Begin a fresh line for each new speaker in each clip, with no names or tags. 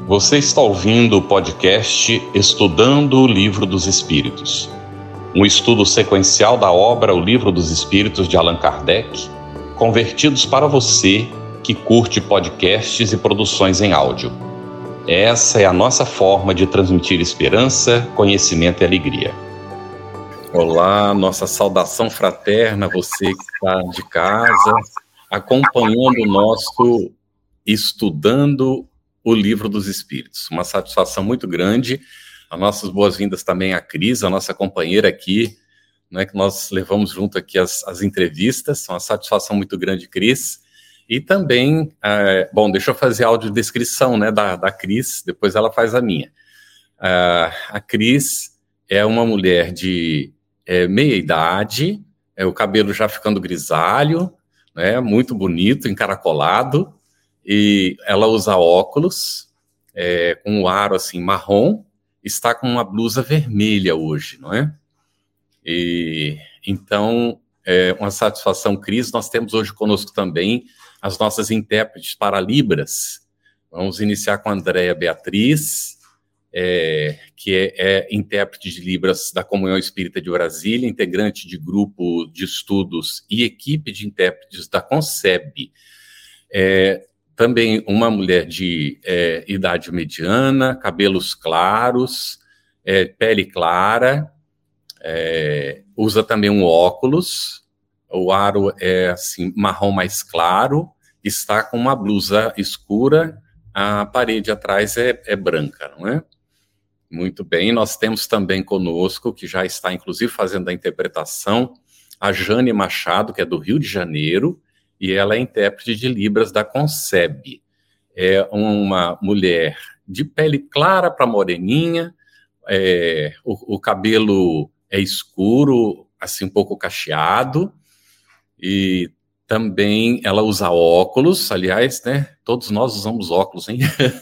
Você está ouvindo o podcast Estudando o Livro dos Espíritos, um estudo sequencial da obra O Livro dos Espíritos de Allan Kardec, convertidos para você que curte podcasts e produções em áudio. Essa é a nossa forma de transmitir esperança, conhecimento e alegria. Olá, nossa saudação fraterna, você que está de casa, acompanhando o nosso Estudando o Livro dos Espíritos. Uma satisfação muito grande. As nossas boas-vindas também à Cris, a nossa companheira aqui, né, que nós levamos junto aqui as entrevistas. Uma satisfação muito grande, Cris. E também, deixa eu fazer a audiodescrição, né, da Cris, depois ela faz a minha. A Cris é uma mulher de meia idade, o cabelo já ficando grisalho, né, muito bonito, encaracolado, e ela usa óculos, com um aro assim marrom, está com uma blusa vermelha hoje, não é? E então, uma satisfação, Cris. Nós temos hoje conosco também as nossas intérpretes para Libras. Vamos iniciar com a Andréia Beatriz, que é intérprete de Libras da Comunhão Espírita de Brasília, integrante de grupo de estudos e equipe de intérpretes da CONCEB. Também uma mulher de idade mediana, cabelos claros, pele clara, usa também um óculos, o aro é assim, marrom mais claro, está com uma blusa escura, a parede atrás é branca, não é? Muito bem, nós temos também conosco, que já está inclusive fazendo a interpretação, a Jane Machado, que é do Rio de Janeiro, e ela é intérprete de Libras da CONCEB. É uma mulher de pele clara para moreninha, o cabelo é escuro, assim, um pouco cacheado, e também ela usa óculos, aliás, né, todos nós usamos óculos, hein?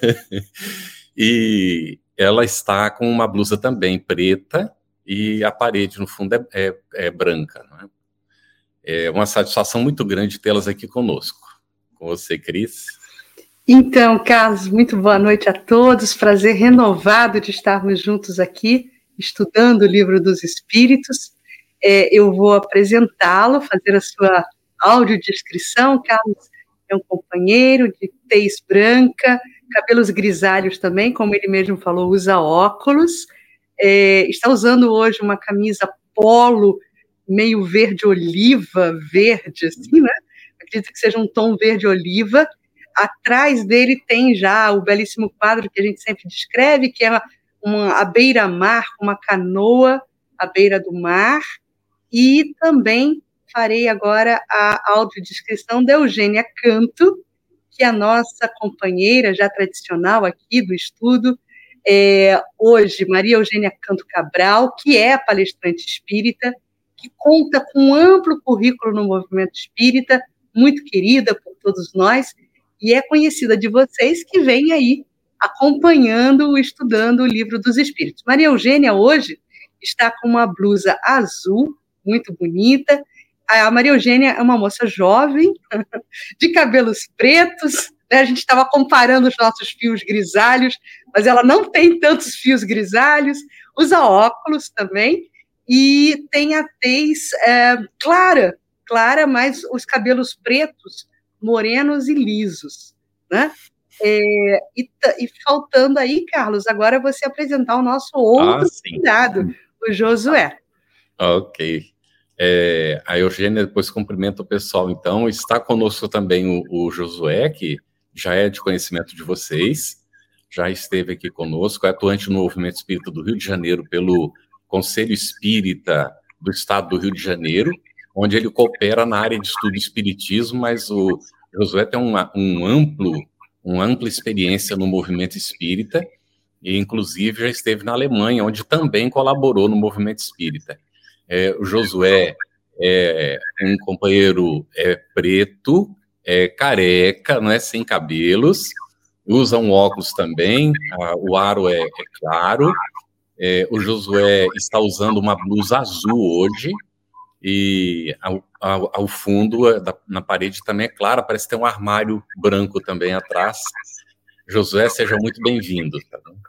E ela está com uma blusa também preta, e a parede, no fundo, é branca, não é? É uma satisfação muito grande tê-las aqui conosco. Com você, Cris.
Então, Carlos, muito boa noite a todos. Prazer renovado de estarmos juntos aqui, estudando o Livro dos Espíritos. Eu vou apresentá-lo, fazer a sua audiodescrição. Carlos é um companheiro de tez branca, cabelos grisalhos também, como ele mesmo falou, usa óculos. Está usando hoje uma camisa polo, meio verde-oliva, verde, assim, né? Acredito que seja um tom verde-oliva. Atrás dele tem já o belíssimo quadro que a gente sempre descreve, que é a beira-mar, uma canoa à beira do mar. E também farei agora a audiodescrição da Eugênia Canto, que é a nossa companheira já tradicional aqui do estudo. Hoje, Maria Eugênia Canto Cabral, que é a palestrante espírita, que conta com um amplo currículo no movimento espírita, muito querida por todos nós, e é conhecida de vocês que vem aí acompanhando, estudando o Livro dos Espíritos. Maria Eugênia hoje está com uma blusa azul, muito bonita. A Maria Eugênia é uma moça jovem, de cabelos pretos, né? A gente estava comparando os nossos fios grisalhos, mas ela não tem tantos fios grisalhos, usa óculos também, e tem a tez clara, mas os cabelos pretos, morenos e lisos, né? E faltando aí, Carlos, agora você apresentar o nosso outro convidado, o Josué.
Ok. A Eugênia depois cumprimenta o pessoal, então. Está conosco também o Josué, que já é de conhecimento de vocês, já esteve aqui conosco, é atuante no Movimento Espírita do Rio de Janeiro pelo Conselho Espírita do Estado do Rio de Janeiro, onde ele coopera na área de estudo do espiritismo, mas o Josué tem uma ampla experiência no movimento espírita, e inclusive já esteve na Alemanha, onde também colaborou no movimento espírita. O Josué é um companheiro preto, careca, não é, sem cabelos, usa um óculos também, o aro é claro. O Josué está usando uma blusa azul hoje, e ao fundo, na parede também é clara, parece ter um armário branco também atrás. Josué, seja muito bem-vindo. Tá bom?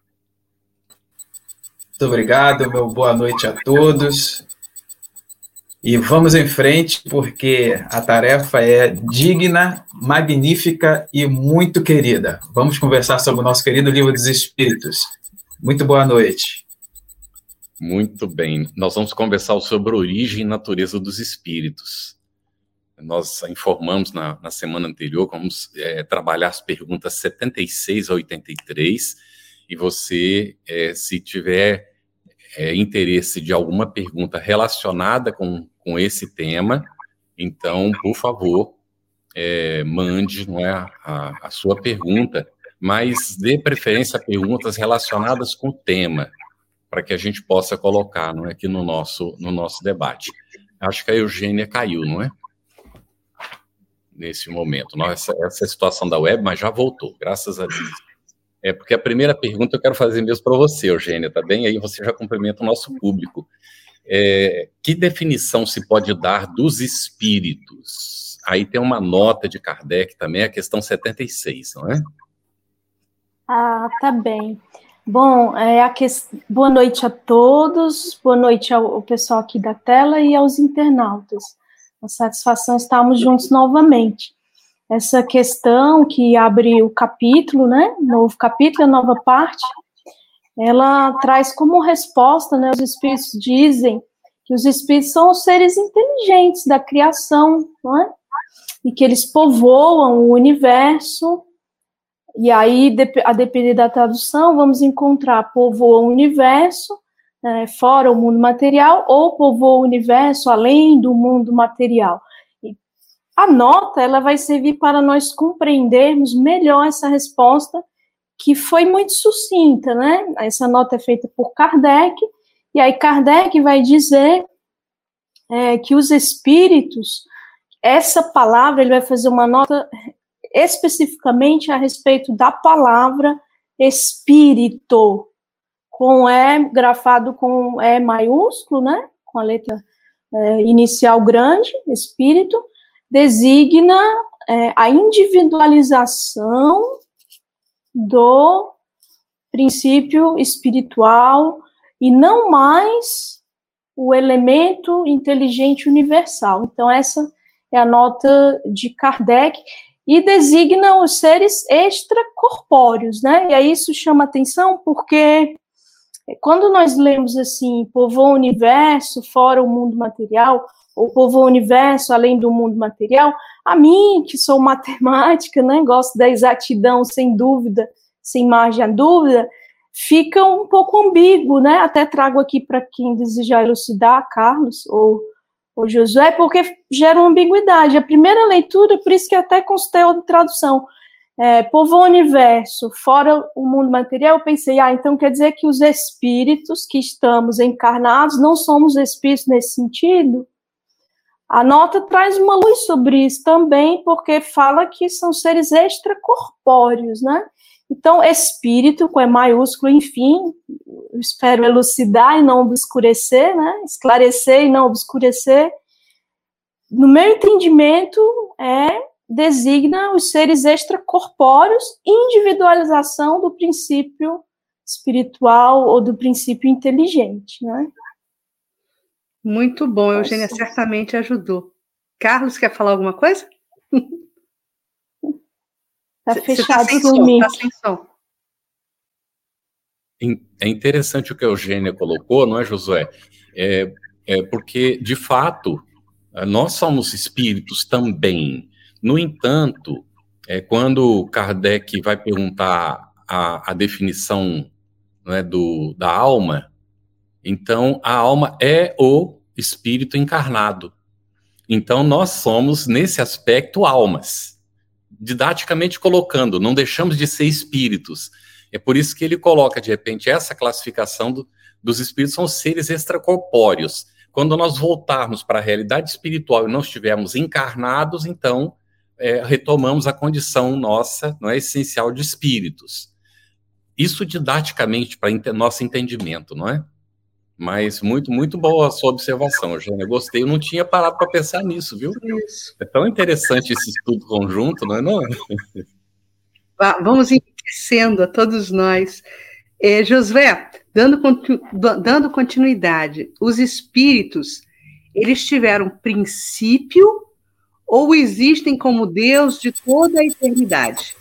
Muito obrigado, meu boa noite a todos. E vamos em frente, porque a tarefa é digna, magnífica e muito querida. Vamos conversar sobre o nosso querido Livro dos Espíritos. Muito boa noite.
Muito bem. Nós vamos conversar sobre a origem e natureza dos espíritos. Nós informamos na semana anterior que vamos trabalhar as perguntas 76 a 83, e você, se tiver interesse de alguma pergunta relacionada com esse tema, então, por favor, mande, não é, a sua pergunta, mas dê preferência a perguntas relacionadas com o tema, para que a gente possa colocar, não é, aqui no nosso debate. Acho que a Eugênia caiu, não é? Nesse momento. Essa é a situação da web, mas já voltou, graças a Deus. Porque a primeira pergunta eu quero fazer mesmo para você, Eugênia, tá bem? Aí você já cumprimenta o nosso público. Que definição se pode dar dos espíritos? Aí tem uma nota de Kardec também, a questão 76, não é?
Tá bem. Bom, boa noite a todos, boa noite ao pessoal aqui da tela e aos internautas. Uma satisfação estarmos juntos novamente. Essa questão que abre o capítulo, né, novo capítulo, a nova parte, ela traz como resposta, né, os espíritos dizem que os espíritos são os seres inteligentes da criação, não é? E que eles povoam o universo, e aí, a depender da tradução, vamos encontrar povoam o universo, fora o mundo material, ou povoam o universo além do mundo material. A nota, ela vai servir para nós compreendermos melhor essa resposta, que foi muito sucinta, né? Essa nota é feita por Kardec, e aí Kardec vai dizer que os espíritos, essa palavra, ele vai fazer uma nota especificamente a respeito da palavra espírito, com E, grafado com E maiúsculo, né? Com a letra inicial grande, espírito, designa a individualização do princípio espiritual e não mais o elemento inteligente universal. Então, essa é a nota de Kardec, e designa os seres extracorpóreos, né? E aí isso chama atenção porque quando nós lemos assim, povoa o universo fora o mundo material, ou povoa o universo além do mundo material, a mim, que sou matemática, né, gosto da exatidão, sem dúvida, sem margem a dúvida, fica um pouco ambíguo, né? Até trago aqui para quem desejar elucidar, Carlos ou Josué, porque gera uma ambiguidade. A primeira leitura, por isso que até consultei outra tradução, povoa o universo fora o mundo material, eu pensei, então quer dizer que os espíritos que estamos encarnados não somos espíritos nesse sentido? A nota traz uma luz sobre isso também, porque fala que são seres extracorpóreos, né? Então, espírito, com E maiúsculo, enfim, eu espero elucidar e não obscurecer, né? Esclarecer e não obscurecer. No meu entendimento, designa os seres extracorpóreos, individualização do princípio espiritual ou do princípio inteligente, né?
Muito bom, Eugênia certamente ajudou. Carlos, quer falar alguma coisa?
Está fechado o mic.
Tá sem som.
É interessante o que a Eugênia colocou, não é, Josué? Porque, de fato, nós somos espíritos também. No entanto, quando Kardec vai perguntar a definição, não é, da alma, então a alma é o espírito encarnado. Então nós somos, nesse aspecto, almas. Didaticamente colocando, não deixamos de ser espíritos. É por isso que ele coloca, de repente, essa classificação dos espíritos são seres extracorpóreos. Quando nós voltarmos para a realidade espiritual e não estivermos encarnados, então retomamos a condição nossa, não é, essencial de espíritos. Isso didaticamente para nosso entendimento, não é? Mas muito, muito boa a sua observação, Eugênia. Gostei, eu não tinha parado para pensar nisso, viu? Isso. É tão interessante esse estudo conjunto, não é? Não?
Vamos em enriquecendo a todos nós. Josué, dando continuidade, os espíritos, eles tiveram princípio ou existem como Deus de toda a eternidade?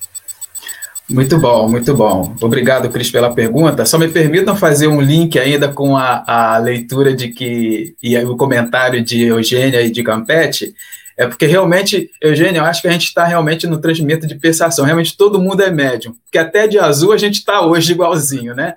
Muito bom, muito bom. Obrigado, Cris, pela pergunta. Só me permitam fazer um link ainda com a leitura e o comentário de Eugênia e de Campetti. É porque realmente, Eugênia, eu acho que a gente está realmente no transmito de pensação. Realmente todo mundo é médium. Porque até de azul a gente está hoje igualzinho, né?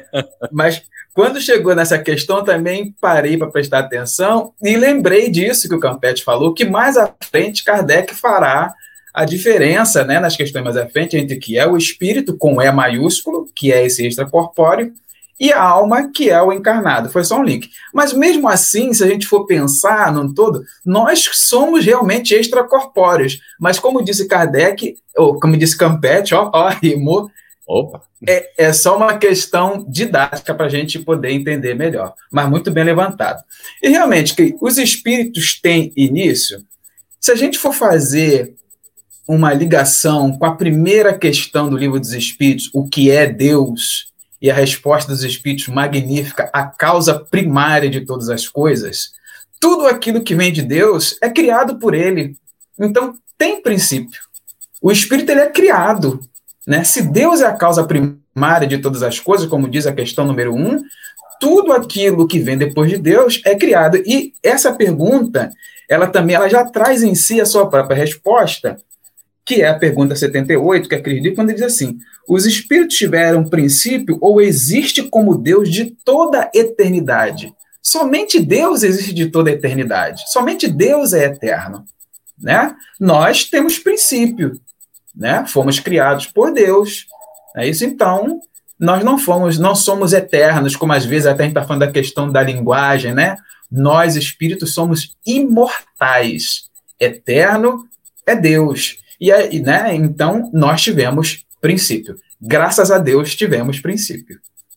Mas quando chegou nessa questão, também parei para prestar atenção e lembrei disso que o Campetti falou, que mais à frente Kardec fará a diferença, né, nas questões mais à frente entre o que é o espírito, com E maiúsculo, que é esse extracorpóreo, e a alma, que é o encarnado. Foi só um link. Mas mesmo assim, se a gente for pensar no todo, nós somos realmente extracorpóreos. Mas como disse Kardec, ou como disse Campetti, rimou,
opa,
é só uma questão didática para a gente poder entender melhor. Mas muito bem levantado. E realmente, que os espíritos têm início, se a gente for fazer uma ligação com a primeira questão do Livro dos Espíritos, o que é Deus, e a resposta dos Espíritos magnífica, a causa primária de todas as coisas, tudo aquilo que vem de Deus é criado por ele. Então, tem princípio. O Espírito ele é criado, né? Se Deus é a causa primária de todas as coisas, como diz a questão número 1, tudo aquilo que vem depois de Deus é criado. E essa pergunta, ela já traz em si a sua própria resposta, que é a pergunta 78, que acredito, quando diz assim: os espíritos tiveram princípio ou existe como Deus de toda a eternidade? Somente Deus existe de toda a eternidade. Somente Deus é eterno, né? Nós temos princípio, né? Fomos criados por Deus. É isso, então, nós não somos eternos, como às vezes até a gente está falando da questão da linguagem, né? Nós, espíritos, somos imortais. Eterno é Deus. Né? Então, nós tivemos princípio. Graças a Deus, tivemos princípio.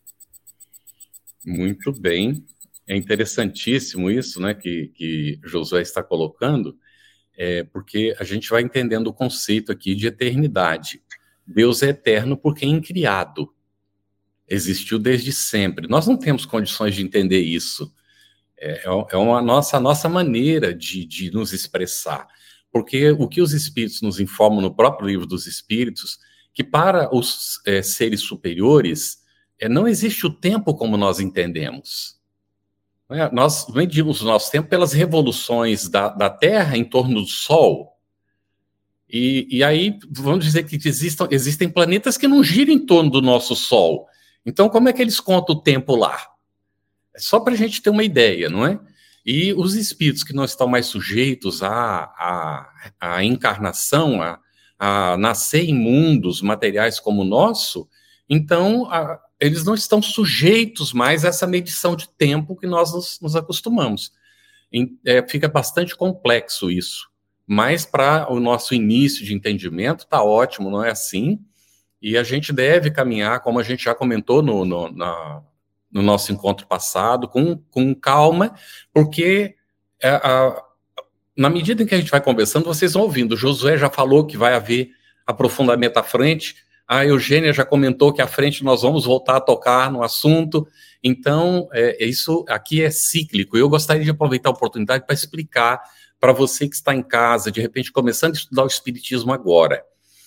Muito bem. É interessantíssimo isso, né, que Josué está colocando, porque a gente vai entendendo o conceito aqui de eternidade. Deus é eterno porque é incriado. Existiu desde sempre. Nós não temos condições de entender isso. É a nossa maneira de nos expressar. Porque o que os espíritos nos informam no próprio Livro dos Espíritos, que para os seres superiores, não existe o tempo como nós entendemos. Nós medimos o nosso tempo pelas revoluções da Terra em torno do Sol. E aí, vamos dizer que existem planetas que não giram em torno do nosso Sol. Então, como é que eles contam o tempo lá? É só para a gente ter uma ideia, não é? E os espíritos que não estão mais sujeitos à encarnação, a nascer em mundos materiais como o nosso, então eles não estão sujeitos mais a essa medição de tempo que nós nos acostumamos. Fica bastante complexo isso, mas para o nosso início de entendimento está ótimo, não é assim? E a gente deve caminhar, como a gente já comentou no nosso encontro passado, com calma, porque na medida em que a gente vai conversando, vocês vão ouvindo. O Josué já falou que vai haver aprofundamento à frente, a Eugênia já comentou que à frente nós vamos voltar a tocar no assunto. Então, isso aqui é cíclico. Eu gostaria de aproveitar a oportunidade para explicar para você que está em casa, de repente começando a estudar o Espiritismo agora.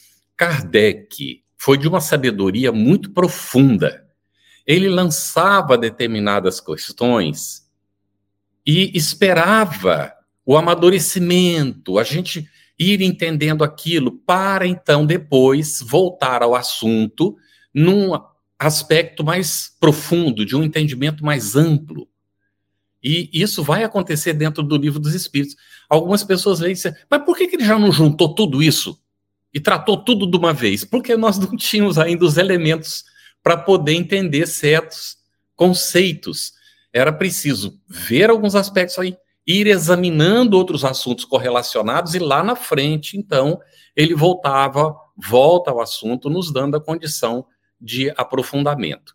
Kardec foi de uma sabedoria muito profunda. Ele lançava determinadas questões e esperava o amadurecimento, a gente ir entendendo aquilo, para então depois voltar ao assunto num aspecto mais profundo, de um entendimento mais amplo. E isso vai acontecer dentro do Livro dos Espíritos. Algumas pessoas veem e dizem, mas por que ele já não juntou tudo isso e tratou tudo de uma vez? Porque nós não tínhamos ainda os elementos para poder entender certos conceitos. Era preciso ver alguns aspectos aí, ir examinando outros assuntos correlacionados e lá na frente, então, ele volta ao assunto, nos dando a condição de aprofundamento.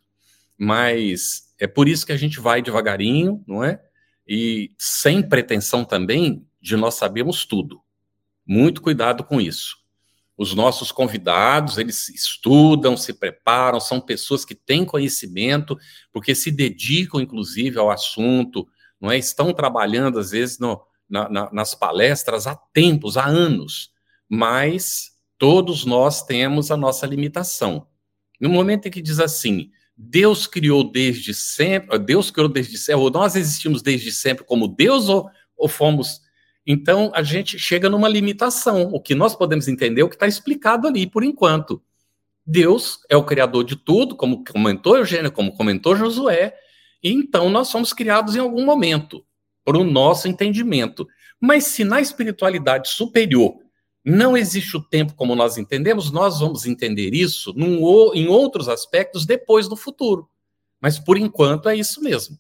Mas é por isso que a gente vai devagarinho, não é? E sem pretensão também de nós sabermos tudo. Muito cuidado com isso. Os nossos convidados, eles estudam, se preparam, são pessoas que têm conhecimento, porque se dedicam, inclusive, ao assunto, não é? Estão trabalhando, às vezes, nas palestras há tempos, há anos, mas todos nós temos a nossa limitação. No momento em que diz assim, Deus criou desde sempre, ou nós existimos desde sempre como Deus, ou fomos... Então, a gente chega numa limitação. O que nós podemos entender é o que está explicado ali, por enquanto. Deus é o criador de tudo, como comentou Eugênia, como comentou Josué, e então nós somos criados em algum momento, para o nosso entendimento. Mas se na espiritualidade superior não existe o tempo como nós entendemos, nós vamos entender isso em outros aspectos depois do futuro. Mas, por enquanto, é isso mesmo.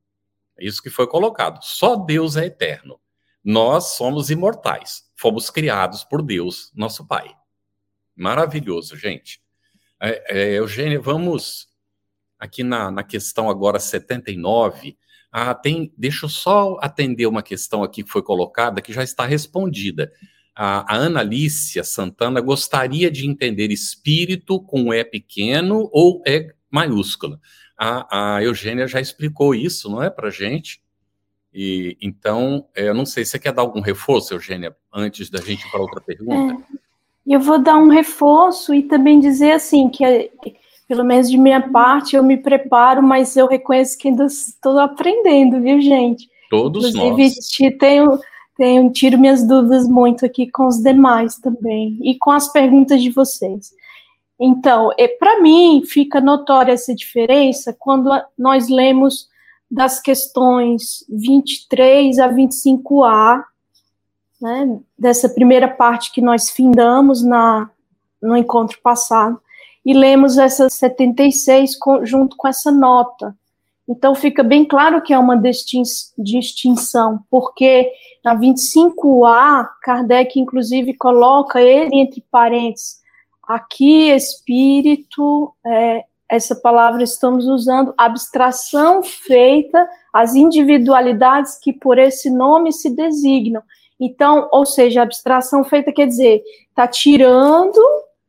É isso que foi colocado. Só Deus é eterno. Nós somos imortais, fomos criados por Deus, nosso Pai. Maravilhoso, gente. Eugênia, vamos aqui na questão agora 79. Deixa eu só atender uma questão aqui que foi colocada, que já está respondida. A Ana Alicia Santana gostaria de entender espírito com E pequeno ou E maiúscula. A Eugênia já explicou isso, não é, para a gente? E, então, eu não sei, você quer dar algum reforço, Eugênia, antes da gente ir para outra pergunta?
Eu vou dar um reforço e também dizer assim, que pelo menos de minha parte, eu me preparo, mas eu reconheço que ainda estou aprendendo, viu, gente?
Todos
Inclusive,
nós.
Tiro minhas dúvidas muito aqui com os demais também, e com as perguntas de vocês. Então, para mim, fica notória essa diferença quando nós lemos das questões 23 a 25A, né, dessa primeira parte que nós findamos no encontro passado, e lemos essa 76 junto com essa nota. Então, fica bem claro que é uma distinção, porque na 25A, Kardec, inclusive, coloca ele entre parênteses, aqui, espírito, essa palavra estamos usando, abstração feita às individualidades que por esse nome se designam. Então, ou seja, abstração feita quer dizer, está tirando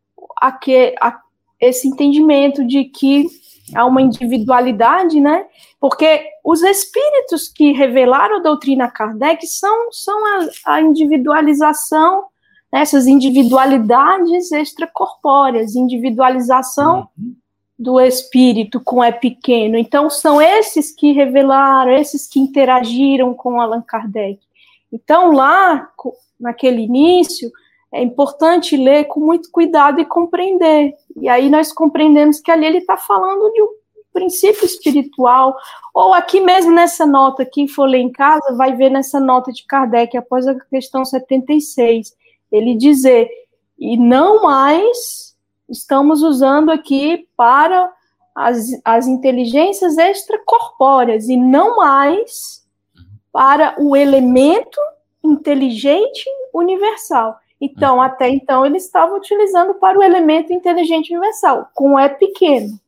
esse entendimento de que há uma individualidade, né? Porque os espíritos que revelaram a doutrina Kardec são a individualização, né, essas individualidades extracorpóreas, individualização do espírito com E pequeno. Então, são esses que revelaram, esses que interagiram com Allan Kardec. Então, lá, naquele início, é importante ler com muito cuidado e compreender. E aí nós compreendemos que ali ele está falando de um princípio espiritual, ou aqui mesmo nessa nota, quem for ler em casa, vai ver nessa nota de Kardec, após a questão 76, ele dizer, e não mais estamos usando aqui para as inteligências extracorpóreas, e não mais para o elemento inteligente universal. Então, até então, ele estava utilizando para o elemento inteligente universal, com E pequeno.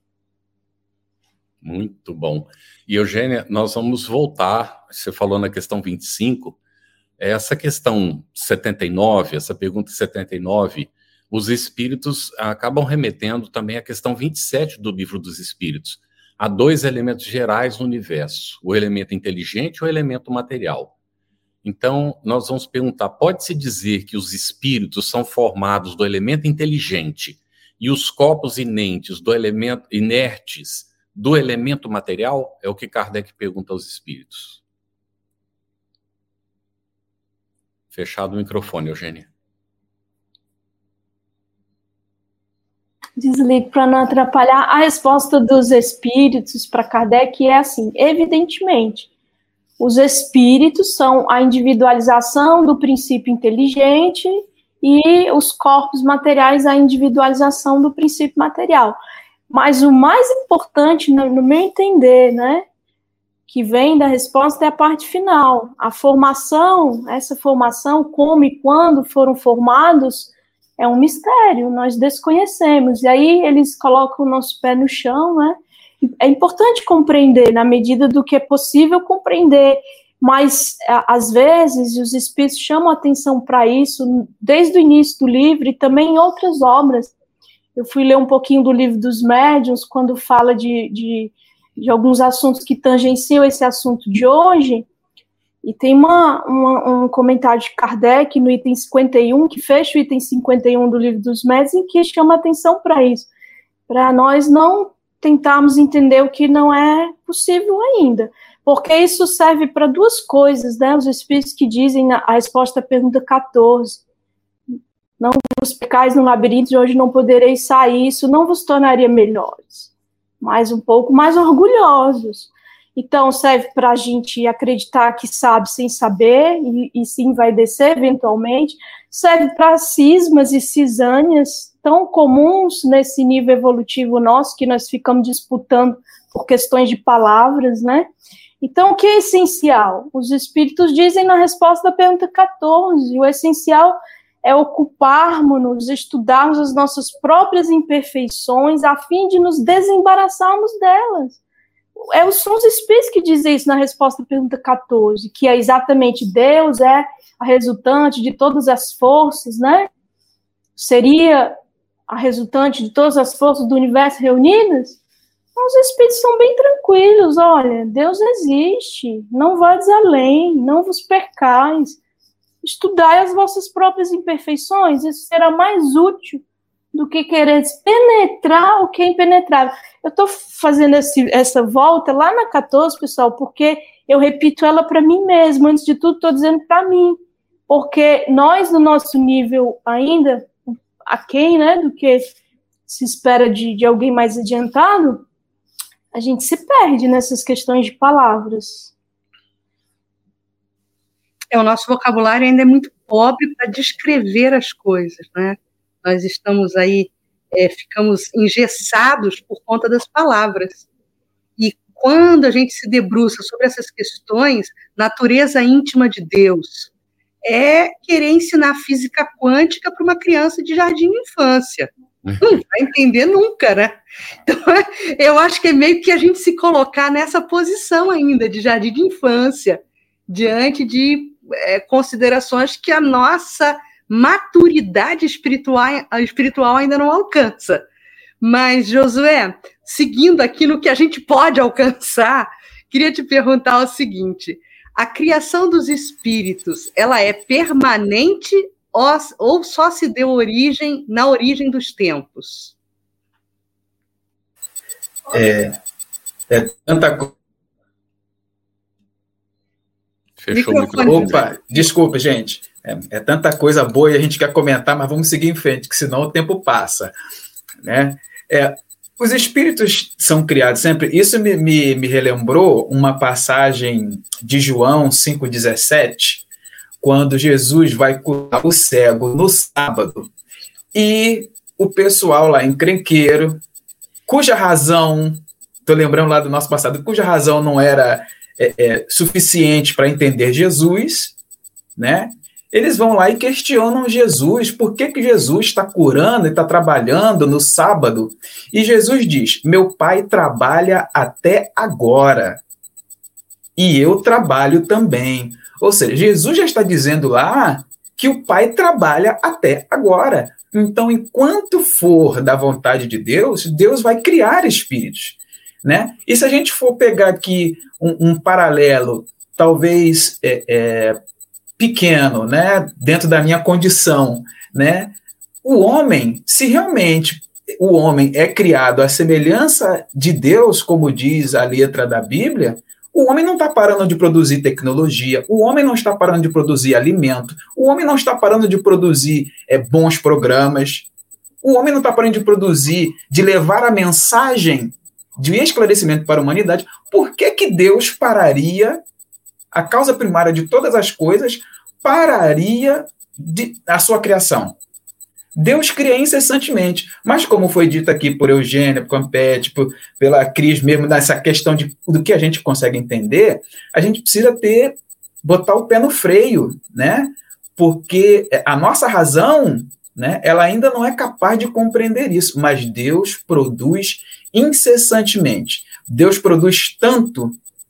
Muito bom. E, Eugênia, nós vamos voltar, você falou na questão 25, essa questão 79, essa pergunta 79, os espíritos acabam remetendo também à questão 27 do Livro dos Espíritos. Há dois elementos gerais no universo, o elemento inteligente e o elemento material. Então, nós vamos perguntar, pode-se dizer que os espíritos são formados do elemento inteligente e os corpos inertes do elemento material? É o que Kardec pergunta aos espíritos. Fechado o microfone, Eugênia.
Desligo para não atrapalhar. A resposta dos espíritos para Kardec é assim, evidentemente, os espíritos são a individualização do princípio inteligente e os corpos materiais a individualização do princípio material. Mas o mais importante, no meu entender, né, que vem da resposta é a parte final. A formação, essa formação, como e quando foram formados, é um mistério, nós desconhecemos. E aí eles colocam o nosso pé no chão, né? É importante compreender, na medida do que é possível compreender Mas, às vezes, os espíritos chamam atenção para isso desde o início do livro e também em outras obras. Eu fui ler um pouquinho do Livro dos Médiuns, quando fala de alguns assuntos que tangenciam esse assunto de hoje, e tem um comentário de Kardec no item 51, que fecha o item 51 do Livro dos Médiuns, em que chama atenção para isso, para nós não tentarmos entender o que não é possível ainda, porque isso serve para duas coisas, né? Os espíritos que dizem a resposta à pergunta 14, não vos pecais no labirinto de onde não podereis sair, isso não vos tornaria melhores, mas um pouco mais orgulhosos. Então, serve para a gente acreditar que sabe sem saber, e sim vai descer eventualmente. Serve para cismas e cisâneas tão comuns nesse nível evolutivo nosso, que nós ficamos disputando por questões de palavras, né? Então, o que é essencial? Os espíritos dizem na resposta da pergunta 14, o essencial é ocuparmos-nos, estudarmos as nossas próprias imperfeições, a fim de nos desembaraçarmos delas. São os espíritos que dizem isso na resposta à pergunta 14, que é exatamente Deus é a resultante de todas as forças, né? Seria a resultante de todas as forças do universo reunidas? Os espíritos são bem tranquilos, olha, Deus existe, não vades além, não vos percais, estudai as vossas próprias imperfeições, isso será mais útil do que querer penetrar o que é impenetrável. Eu estou fazendo essa volta lá na 14, pessoal, porque eu repito ela para mim mesma. Antes de tudo, estou dizendo para mim. Porque nós, no nosso nível ainda, aquém, né, do que se espera de alguém mais adiantado, a gente se perde nessas questões de palavras.
O nosso vocabulário ainda é muito pobre para descrever as coisas, né? Nós estamos aí, ficamos engessados por conta das palavras. E quando a gente se debruça sobre essas questões, natureza íntima de Deus, é querer ensinar física quântica para uma criança de jardim de infância. Não vai entender nunca, né? Então, eu acho que é meio que a gente se colocar nessa posição ainda de jardim de infância, diante de considerações que a nossa maturidade espiritual ainda não alcança. Mas, Josué, seguindo aqui no que a gente pode alcançar, queria te perguntar o seguinte: a criação dos espíritos, ela é permanente ou só se deu origem na origem dos tempos?
Tanta coisa.
Fechou o microfone.
Opa, desculpa, gente. É tanta coisa boa e a gente quer comentar, mas vamos seguir em frente, que senão o tempo passa, né? Os espíritos são criados sempre. Isso me relembrou uma passagem de João 5,17, quando Jesus vai curar o cego no sábado, e o pessoal lá encrenqueiro, cuja razão, estou lembrando lá do nosso passado, cuja razão não era suficiente para entender Jesus, né? Eles vão lá e questionam Jesus, por que Jesus está curando e está trabalhando no sábado? E Jesus diz, meu pai trabalha até agora, e eu trabalho também. Ou seja, Jesus já está dizendo lá que o pai trabalha até agora. Então, enquanto for da vontade de Deus, Deus vai criar espíritos, né? E se a gente for pegar aqui um paralelo, talvez pequeno, né, dentro da minha condição, né, o homem, se realmente o homem é criado à semelhança de Deus, como diz a letra da Bíblia, o homem não está parando de produzir tecnologia, o homem não está parando de produzir alimento, o homem não está parando de produzir bons programas, o homem não está parando de produzir, de levar a mensagem de esclarecimento para a humanidade. Por que Deus pararia, a causa primária de todas as coisas, pararia a sua criação? Deus cria incessantemente, mas como foi dito aqui por Eugênia, por Campete, pela Cris mesmo, nessa questão do que a gente consegue entender, a gente precisa botar o pé no freio, né? Porque a nossa razão, né, ela ainda não é capaz de compreender isso, mas Deus produz incessantemente. Deus produz tanto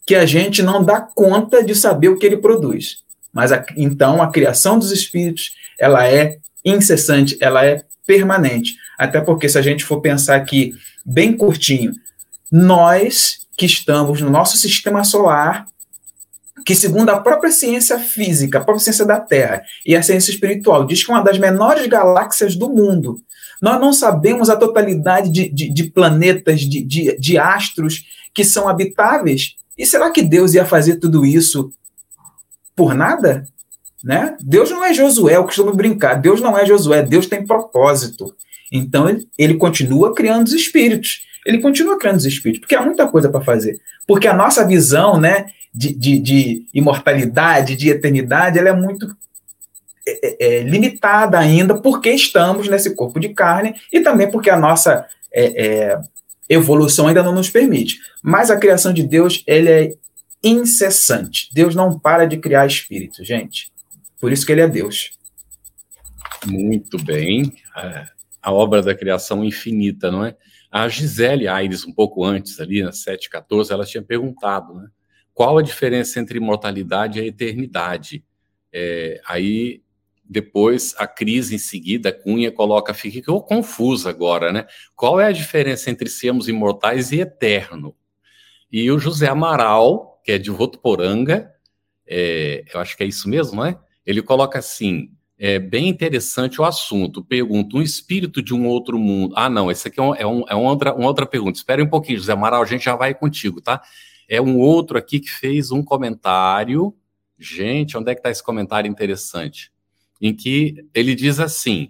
que a gente não dá conta de saber o que ele produz. Mas, então, a criação dos espíritos, ela é incessante, ela é permanente. Até porque, se a gente for pensar aqui, bem curtinho, nós que estamos no nosso sistema solar, que segundo a própria ciência física, a própria ciência da Terra e a ciência espiritual, diz que é uma das menores galáxias do mundo. Nós não sabemos a totalidade de planetas, de astros que são habitáveis. E será que Deus ia fazer tudo isso por nada? Né? Deus não é Josué, eu costumo brincar. Deus não é Josué, Deus tem propósito. Então, ele continua criando os espíritos. Ele continua criando os espíritos, porque há muita coisa para fazer. Porque a nossa visão, né, de imortalidade, de eternidade, ela é muito limitada ainda, porque estamos nesse corpo de carne e também porque a nossa evolução ainda não nos permite. Mas a criação de Deus, ele é incessante. Deus não para de criar espíritos, gente. Por isso que ele é Deus.
Muito bem. A obra da criação infinita, não é? A Gisele Aires, um pouco antes, ali na 7:14, ela tinha perguntado, né? Qual a diferença entre imortalidade e a eternidade? Aí, depois, a Cris, em seguida, a Cunha, coloca, fica confusa agora, né? Qual é a diferença entre sermos imortais e eterno? E o José Amaral, que é de Votuporanga, eu acho que é isso mesmo, não é? Ele coloca assim, bem interessante o assunto, pergunta, um espírito de um outro mundo... Ah, não, esse aqui é uma outra pergunta. Espere um pouquinho, José Amaral, a gente já vai contigo, tá? É um outro aqui que fez um comentário. Gente, onde é que está esse comentário interessante? Em que ele diz assim,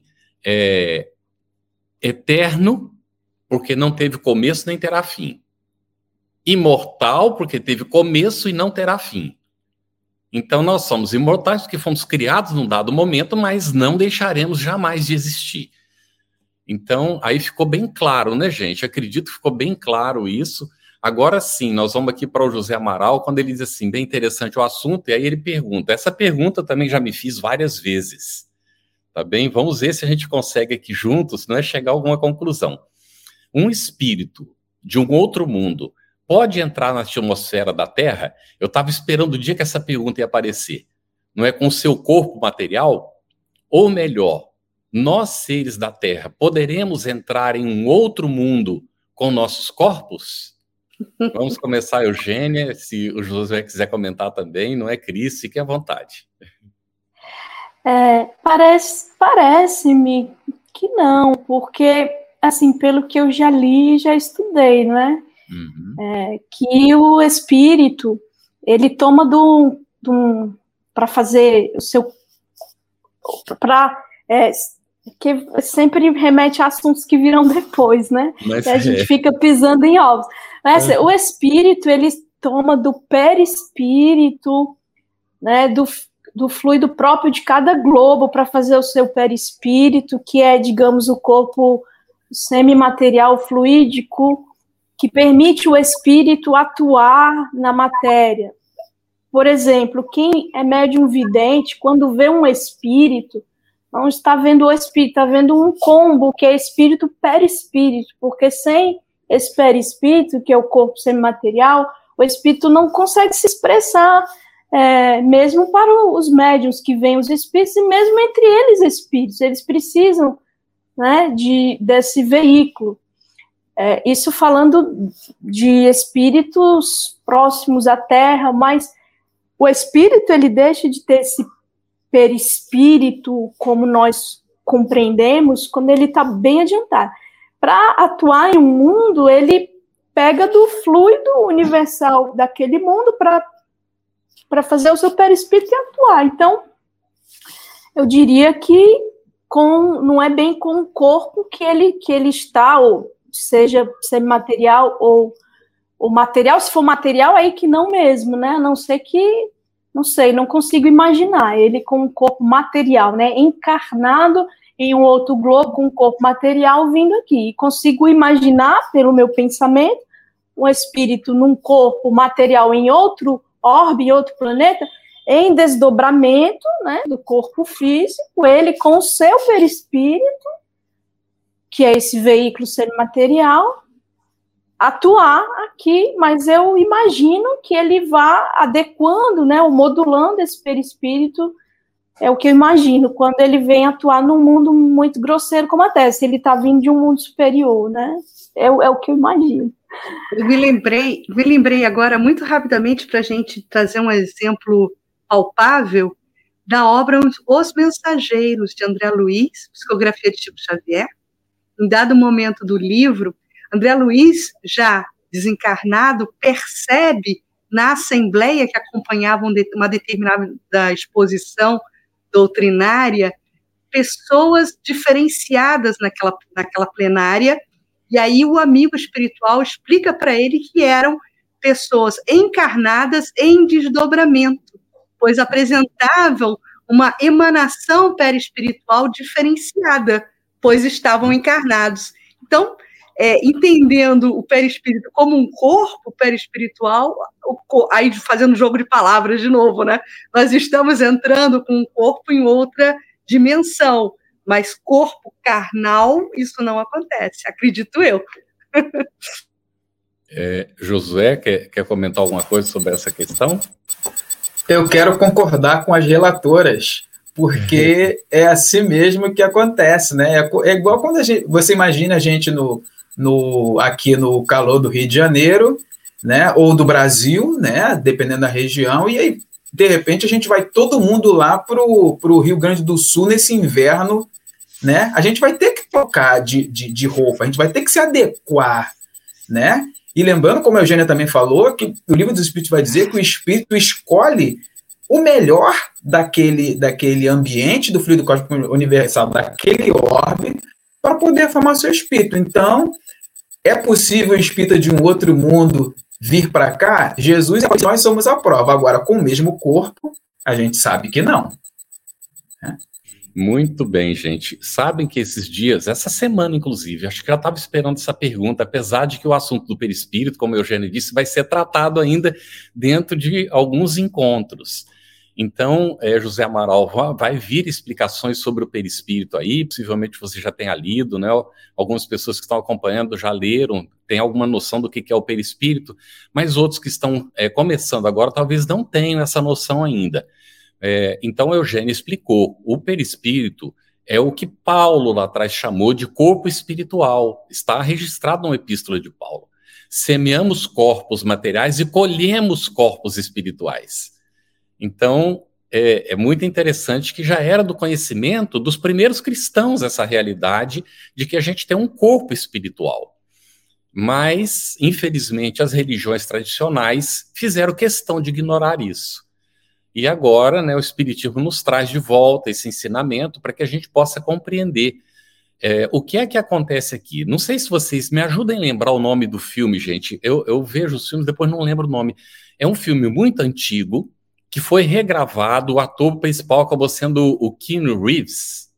eterno, porque não teve começo nem terá fim. Imortal, porque teve começo e não terá fim. Então, nós somos imortais porque fomos criados num dado momento, mas não deixaremos jamais de existir. Então, aí ficou bem claro, né, gente? Acredito que ficou bem claro isso. Agora sim, nós vamos aqui para o José Amaral, quando ele diz assim, bem interessante o assunto, e aí ele pergunta, essa pergunta também já me fiz várias vezes, tá bem? Vamos ver se a gente consegue aqui juntos, não é, chegar a alguma conclusão. Um espírito de um outro mundo pode entrar na atmosfera da Terra? Eu estava esperando o dia que essa pergunta ia aparecer. Não é com o seu corpo material? Ou melhor, nós, seres da Terra, poderemos entrar em um outro mundo com nossos corpos? Vamos começar, Eugênia, se o José quiser comentar também, não é, Cris? Fique à vontade.
Parece-me que não, porque, assim, pelo que eu já li, já estudei, não é? Que o espírito, ele toma para fazer o seu... que sempre remete a assuntos que virão depois, né? E a gente fica pisando em ovos. Mas, o espírito, ele toma do perispírito, né, do fluido próprio de cada globo para fazer o seu perispírito, que é, digamos, o corpo semimaterial fluídico, que permite o espírito atuar na matéria. Por exemplo, quem é médium vidente, quando vê um espírito, não está vendo o espírito, está vendo um combo, que é espírito-perispírito, porque sem esse perispírito, que é o corpo semimaterial, o espírito não consegue se expressar, mesmo para os médiuns que veem os espíritos, e mesmo entre eles espíritos, eles precisam, né, desse veículo. Isso falando de espíritos próximos à Terra, mas o espírito, ele deixa de ter esse perispírito, como nós compreendemos, quando ele está bem adiantado. Para atuar em um mundo, ele pega do fluido universal daquele mundo para fazer o seu perispírito e atuar. Então, eu diria que não é bem com o corpo que ele está, ou seja semimaterial ou material. Se for material, aí que não mesmo, né? A não ser que, não sei, não consigo imaginar ele com um corpo material, né? Encarnado em um outro globo com um corpo material vindo aqui. E consigo imaginar, pelo meu pensamento, um espírito num corpo material em outro orbe, em outro planeta, em desdobramento, né, do corpo físico, ele com o seu perispírito, que é esse veículo semimaterial, atuar aqui, mas eu imagino que ele vá adequando, né, ou modulando esse perispírito, é o que eu imagino, quando ele vem atuar num mundo muito grosseiro como a Terra, se ele está vindo de um mundo superior, né, é o que eu imagino.
Eu me lembrei agora, muito rapidamente, para a gente trazer um exemplo palpável, da obra Os Mensageiros, de André Luiz, psicografia de Chico Xavier. Em dado momento do livro, André Luiz, já desencarnado, percebe na assembleia que acompanhava uma determinada exposição doutrinária, pessoas diferenciadas naquela plenária, e aí o amigo espiritual explica para ele que eram pessoas encarnadas em desdobramento, pois apresentavam uma emanação perispiritual diferenciada, pois estavam encarnados. Então, entendendo o perispírito como um corpo perispiritual, aí fazendo jogo de palavras de novo, né? Nós estamos entrando com o corpo em outra dimensão, mas corpo carnal, isso não acontece, acredito eu.
Josué, quer comentar alguma coisa sobre essa questão?
Eu quero concordar com as relatoras, porque é assim mesmo que acontece, né? É igual quando você imagina a gente aqui no calor do Rio de Janeiro, né? Ou do Brasil, né? Dependendo da região, e aí, de repente, a gente vai todo mundo lá pro Rio Grande do Sul nesse inverno, né? A gente vai ter que trocar de roupa, a gente vai ter que se adequar, né? E lembrando, como a Eugênia também falou, que o Livro dos Espíritos vai dizer que o Espírito escolhe o melhor daquele ambiente do fluido cósmico universal, daquele orbe, para poder formar o seu espírito. Então, é possível o espírito de um outro mundo vir para cá? Jesus e nós somos a prova. Agora, com o mesmo corpo, a gente sabe que não.
Muito bem, gente. Sabem que esses dias, essa semana, inclusive, acho que eu estava esperando essa pergunta, apesar de que o assunto do perispírito, como a Eugênia disse, vai ser tratado ainda dentro de alguns encontros. Então, José Amaral, vai vir explicações sobre o perispírito aí, possivelmente você já tenha lido, né? Algumas pessoas que estão acompanhando já leram, têm alguma noção do que é o perispírito, mas outros que estão começando agora talvez não tenham essa noção ainda. Então, Eugênia explicou, o perispírito é o que Paulo lá atrás chamou de corpo espiritual, está registrado na Epístola de Paulo. Semeamos corpos materiais e colhemos corpos espirituais. Então, é muito interessante que já era do conhecimento dos primeiros cristãos essa realidade de que a gente tem um corpo espiritual. Mas, infelizmente, as religiões tradicionais fizeram questão de ignorar isso. E agora, né, o Espiritismo nos traz de volta esse ensinamento para que a gente possa compreender o que é que acontece aqui. Não sei se vocês me ajudem a lembrar o nome do filme, gente. Eu vejo os filmes, depois não lembro o nome. É um filme muito antigo, que foi regravado, o ator principal acabou sendo o Keanu Reeves,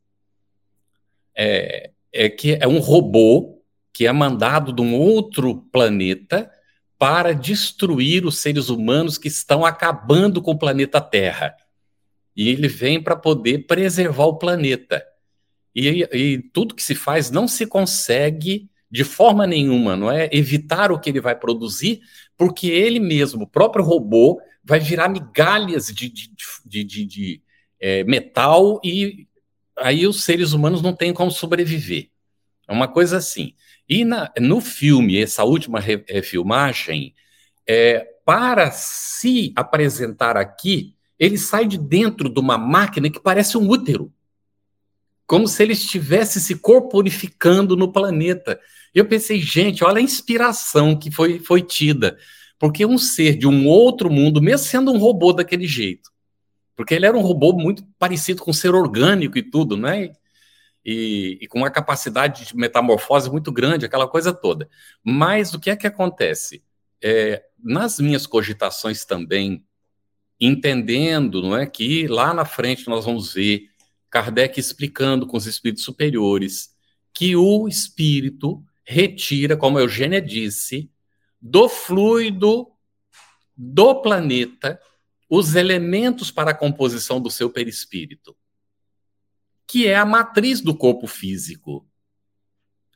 que é um robô que é mandado de um outro planeta para destruir os seres humanos que estão acabando com o planeta Terra. E ele vem para poder preservar o planeta. E tudo que se faz não se consegue de forma nenhuma, não é? Evitar o que ele vai produzir, porque ele mesmo, o próprio robô, vai virar migalhas de metal e aí os seres humanos não têm como sobreviver. É uma coisa assim. E no filme, essa última filmagem, para se apresentar aqui, ele sai de dentro de uma máquina que parece um útero, como se ele estivesse se corporificando no planeta. Eu pensei, gente, olha a inspiração que foi tida, porque um ser de um outro mundo, mesmo sendo um robô daquele jeito, porque ele era um robô muito parecido com um ser orgânico e tudo, né? E com uma capacidade de metamorfose muito grande, aquela coisa toda. Mas o que é que acontece? Nas minhas cogitações também, entendendo, não é, que lá na frente nós vamos ver Kardec explicando com os espíritos superiores que o espírito retira, como a Eugênia disse, do fluido do planeta os elementos para a composição do seu perispírito, que é a matriz do corpo físico.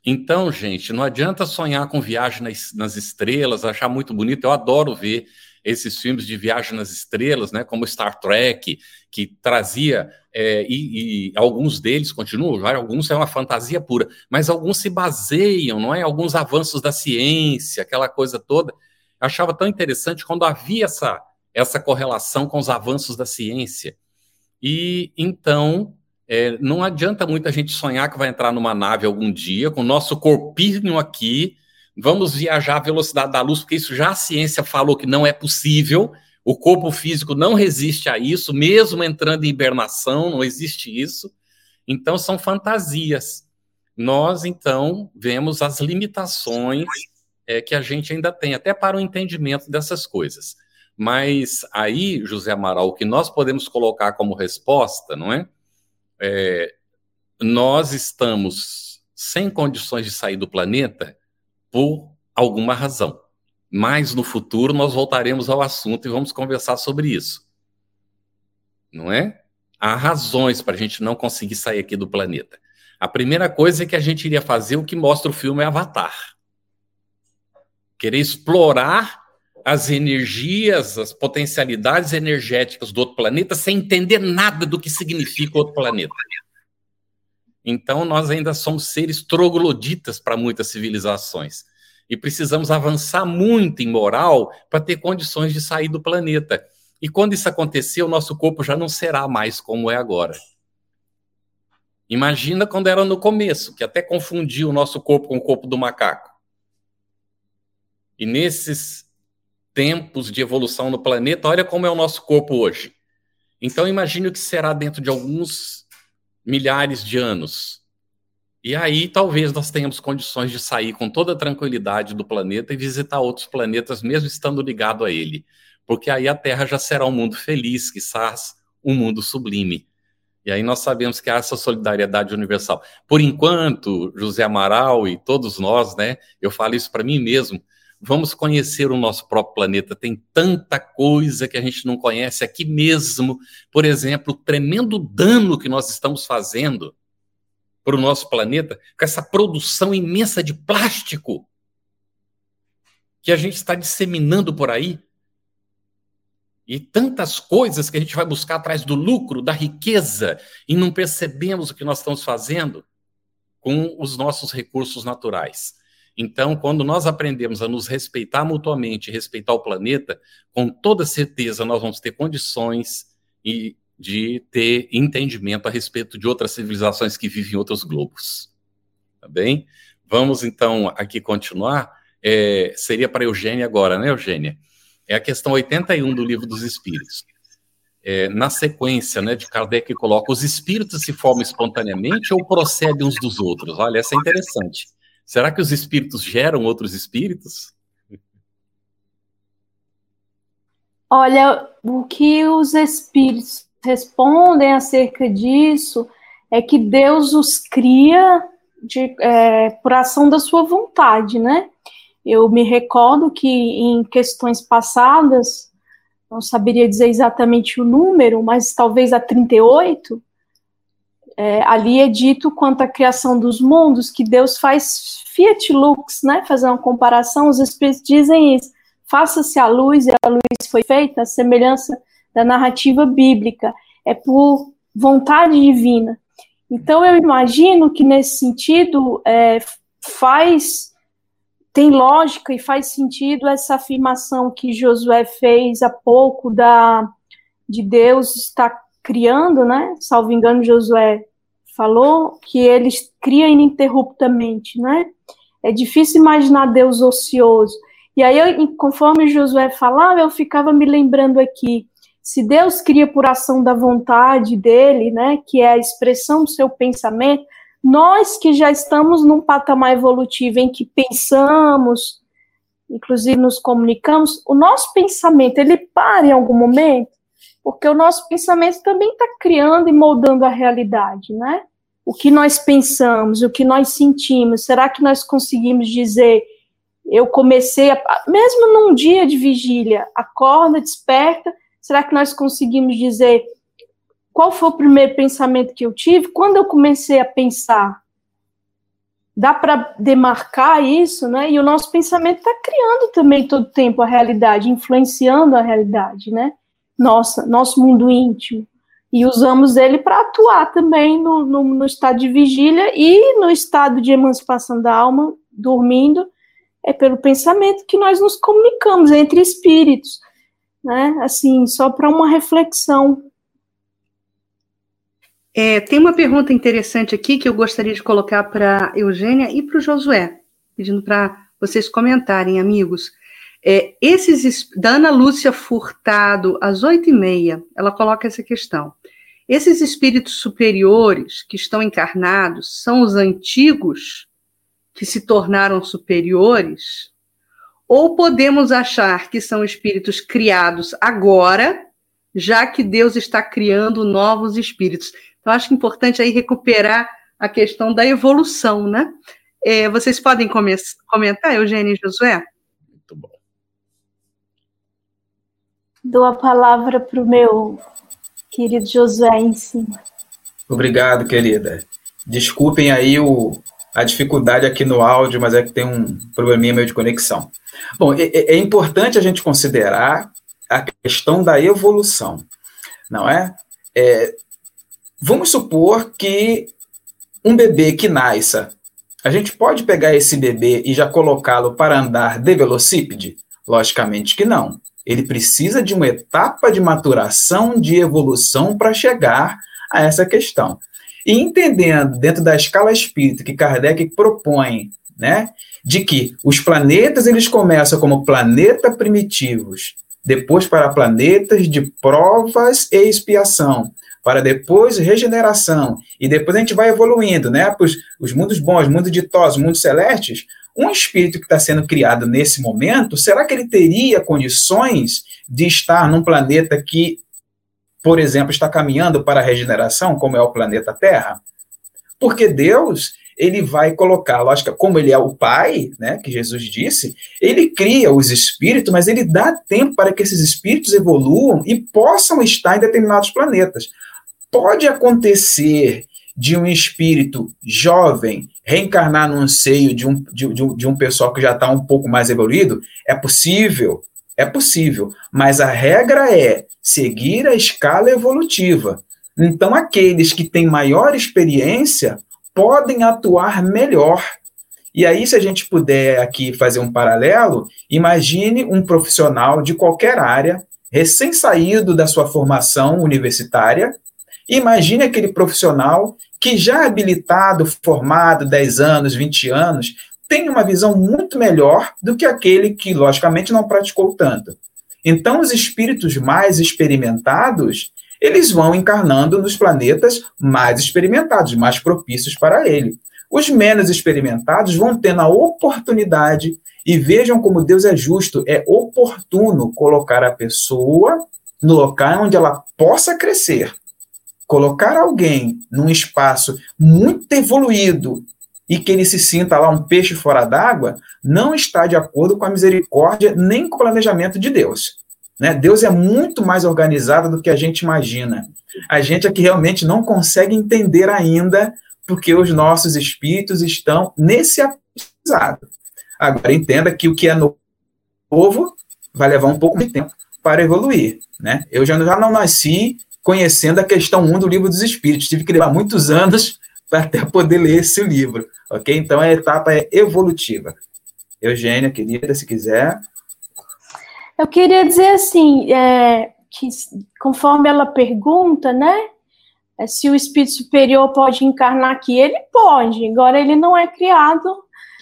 Então, gente, não adianta sonhar com viagem nas estrelas, achar muito bonito. Eu adoro ver esses filmes de viagem nas estrelas, né, como Star Trek, que trazia, e alguns deles continuam, alguns é uma fantasia pura, mas alguns se baseiam, não é? Alguns avanços da ciência, aquela coisa toda. Eu achava tão interessante quando havia essa correlação com os avanços da ciência. E então, não adianta muito a gente sonhar que vai entrar numa nave algum dia, com o nosso corpinho aqui, vamos viajar à velocidade da luz, porque isso já a ciência falou que não é possível, o corpo físico não resiste a isso, mesmo entrando em hibernação, não existe isso. Então, são fantasias. Nós, então, vemos as limitações que a gente ainda tem, até para o entendimento dessas coisas. Mas aí, José Amaral, o que nós podemos colocar como resposta, não é? Nós estamos sem condições de sair do planeta por alguma razão. Mas no futuro nós voltaremos ao assunto e vamos conversar sobre isso. Não é? Há razões para a gente não conseguir sair aqui do planeta. A primeira coisa é que a gente iria fazer o que mostra o filme Avatar. Querer explorar as energias, as potencialidades energéticas do outro planeta sem entender nada do que significa outro planeta. Então, nós ainda somos seres trogloditas para muitas civilizações. E precisamos avançar muito em moral para ter condições de sair do planeta. E quando isso acontecer, o nosso corpo já não será mais como é agora. Imagina quando era no começo, que até confundia o nosso corpo com o corpo do macaco. E nesses tempos de evolução no planeta, olha como é o nosso corpo hoje. Então, imagine o que será dentro de alguns milhares de anos. E aí, talvez nós tenhamos condições de sair com toda a tranquilidade do planeta e visitar outros planetas, mesmo estando ligado a ele. Porque aí a Terra já será um mundo feliz, quizás um mundo sublime. E aí nós sabemos que há essa solidariedade universal. Por enquanto, José Amaral e todos nós, né, eu falo isso para mim mesmo, vamos conhecer o nosso próprio planeta. Tem tanta coisa que a gente não conhece aqui mesmo. Por exemplo, o tremendo dano que nós estamos fazendo para o nosso planeta com essa produção imensa de plástico que a gente está disseminando por aí. E tantas coisas que a gente vai buscar atrás do lucro, da riqueza, e não percebemos o que nós estamos fazendo com os nossos recursos naturais. Então, quando nós aprendemos a nos respeitar mutuamente, respeitar o planeta, com toda certeza nós vamos ter condições de ter entendimento a respeito de outras civilizações que vivem em outros globos. Tá bem? Vamos, então, aqui continuar. Seria para a Eugênia agora, né, Eugênia? É a questão 81 do Livro dos Espíritos. Na sequência, né, de Kardec coloca, os espíritos se formam espontaneamente ou procedem uns dos outros? Olha, essa é interessante. Será que os espíritos geram outros espíritos?
Olha, o que os espíritos respondem acerca disso é que Deus os cria por ação da sua vontade, né? Eu me recordo que em questões passadas, não saberia dizer exatamente o número, mas talvez a 38, ali é dito quanto à criação dos mundos, que Deus faz fiat lux, né? Fazer uma comparação, os espíritos dizem isso, faça-se a luz, e a luz foi feita, a semelhança da narrativa bíblica, é por vontade divina. Então, eu imagino que, nesse sentido, tem lógica e faz sentido essa afirmação que Josué fez há pouco de Deus estar criando, né? Salvo engano, Josué falou que ele cria ininterruptamente, né? É difícil imaginar Deus ocioso. E aí, conforme Josué falava, eu ficava me lembrando aqui, se Deus cria por ação da vontade dele, né, que é a expressão do seu pensamento, nós que já estamos num patamar evolutivo em que pensamos, inclusive nos comunicamos, o nosso pensamento, ele para em algum momento, porque o nosso pensamento também está criando e moldando a realidade, né? O que nós pensamos, o que nós sentimos, será que nós conseguimos dizer, eu comecei, mesmo num dia de vigília, acorda, desperta, será que nós conseguimos dizer qual foi o primeiro pensamento que eu tive? Quando eu comecei a pensar? dá para demarcar isso, né? E o nosso pensamento está criando também todo o tempo a realidade, influenciando a realidade, né? Nosso mundo íntimo. E usamos ele para atuar também no estado de vigília e no estado de emancipação da alma, dormindo, é pelo pensamento que nós nos comunicamos entre espíritos, né? Assim, só para uma reflexão.
Tem uma pergunta interessante aqui que eu gostaria de colocar para a Eugênia e para o Josué, pedindo para vocês comentarem, amigos. Da Ana Lúcia Furtado, às 8h30, ela coloca essa questão. Esses espíritos superiores que estão encarnados são os antigos que se tornaram superiores? Ou podemos achar que são espíritos criados agora, já que Deus está criando novos espíritos? Então, acho importante aí recuperar a questão da evolução, né? Vocês podem comentar, Eugênia e Josué?
Muito bom.
Dou a palavra para o meu querido Josué em cima.
Obrigado, querida. Desculpem aí a dificuldade aqui no áudio, mas é que tem um probleminha meio de conexão. Bom, é importante a gente considerar a questão da evolução, não é? Vamos supor que um bebê que nasça, a gente pode pegar esse bebê e já colocá-lo para andar de velocípede? Logicamente que não. Ele precisa de uma etapa de maturação, de evolução para chegar a essa questão. E entendendo, dentro da escala espírita que Kardec propõe, né, de que os planetas eles começam como planetas primitivos, depois para planetas de provas e expiação, para depois regeneração, e depois a gente vai evoluindo, né, para os mundos bons, mundos ditosos, mundos celestes. Um espírito que está sendo criado nesse momento, será que ele teria condições de estar num planeta que, por exemplo, está caminhando para a regeneração, como é o planeta Terra? Porque Deus, ele vai colocar, lógico, como ele é o Pai, né, que Jesus disse, ele cria os espíritos, mas ele dá tempo para que esses espíritos evoluam e possam estar em determinados planetas. Pode acontecer de um espírito jovem reencarnar num seio de um pessoal que já está um pouco mais evoluído? É possível, mas a regra é seguir a escala evolutiva. Então, aqueles que têm maior experiência podem atuar melhor. E aí, se a gente puder aqui fazer um paralelo, imagine um profissional de qualquer área, recém-saído da sua formação universitária. Imagine aquele profissional que já habilitado, formado 10 anos, 20 anos, tem uma visão muito melhor do que aquele que, logicamente, não praticou tanto. Então, os espíritos mais experimentados, eles vão encarnando nos planetas mais experimentados, mais propícios para ele. Os menos experimentados vão tendo a oportunidade, e vejam como Deus é justo, é oportuno colocar a pessoa no local onde ela possa crescer. Colocar alguém num espaço muito evoluído e que ele se sinta lá um peixe fora d'água, não está de acordo com a misericórdia nem com o planejamento de Deus. Né? Deus é muito mais organizado do que a gente imagina. A gente é que realmente não consegue entender ainda porque os nossos espíritos estão nesse aprendizado. Agora, entenda que o que é novo vai levar um pouco de tempo para evoluir. Né? Eu já não nasci conhecendo a questão 1 do Livro dos Espíritos. Tive que levar muitos anos para até poder ler esse livro, ok? Então, a etapa é evolutiva. Eugênia, querida, se quiser.
Eu queria dizer assim, que conforme ela pergunta, né, se o espírito superior pode encarnar aqui, ele pode, agora ele não é criado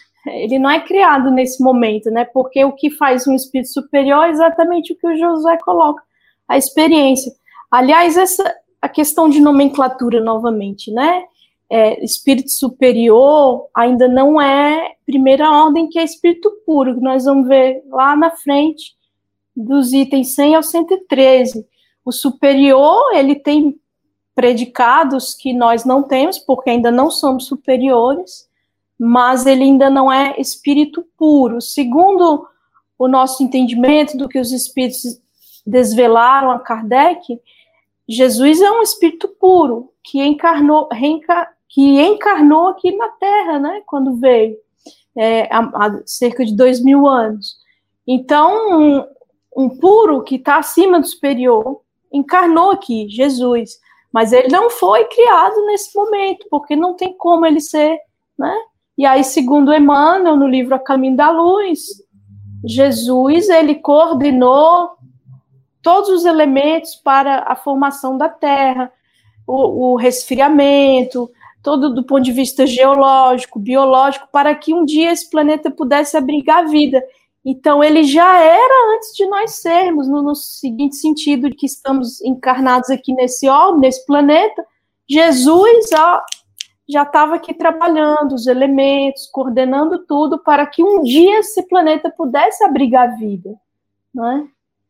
nesse momento, né, porque o que faz um espírito superior é exatamente o que o Josué coloca, a experiência. Aliás, a questão de nomenclatura, novamente, né? Espírito superior ainda não é primeira ordem, que é espírito puro, que nós vamos ver lá na frente, dos itens 100 ao 113. O superior, ele tem predicados que nós não temos, porque ainda não somos superiores, mas ele ainda não é espírito puro. Segundo o nosso entendimento do que os espíritos desvelaram a Kardec, Jesus é um espírito puro, que que encarnou aqui na Terra, né, quando veio, há cerca de 2000 anos. Então, um puro que está acima do superior encarnou aqui, Jesus, mas ele não foi criado nesse momento, porque não tem como ele ser, né? E aí, segundo Emmanuel, no livro A Caminho da Luz, Jesus, ele coordenou todos os elementos para a formação da Terra, o resfriamento, todo do ponto de vista geológico, biológico, para que um dia esse planeta pudesse abrigar a vida. Então, ele já era antes de nós sermos, no seguinte sentido, de que estamos encarnados aqui nesse orbe, nesse planeta. Jesus já estava aqui trabalhando os elementos, coordenando tudo, para que um dia esse planeta pudesse abrigar a vida, não é?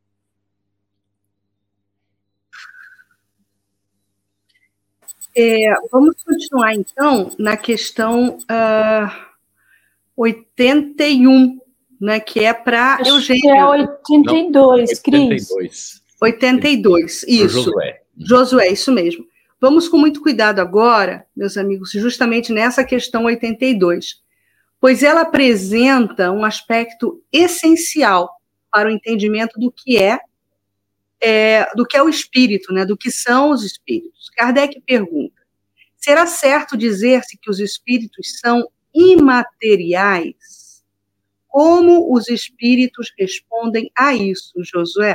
Vamos continuar, então, na questão 81, né, que é para Eugênio.
É 82, Cris.
82, isso. Josué, isso mesmo. Vamos com muito cuidado agora, meus amigos, justamente nessa questão 82, pois ela apresenta um aspecto essencial para o entendimento do que é o espírito, né, do que são os espíritos. Kardec pergunta: será certo dizer-se que os espíritos são imateriais? Como os espíritos respondem a isso, Josué?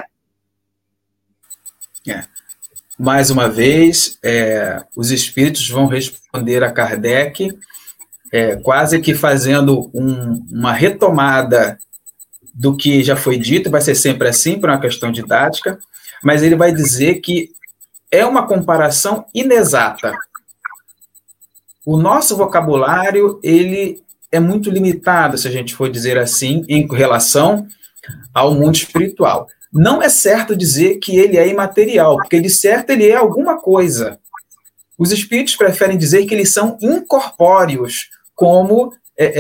Mais uma vez, os espíritos vão responder a Kardec, quase que fazendo uma retomada do que já foi dito, vai ser sempre assim, por uma questão didática, mas ele vai dizer que é uma comparação inexata. O nosso vocabulário, ele é muito limitado, se a gente for dizer assim, em relação ao mundo espiritual. Não é certo dizer que ele é imaterial, porque de certo ele é alguma coisa. Os espíritos preferem dizer que eles são incorpóreos, como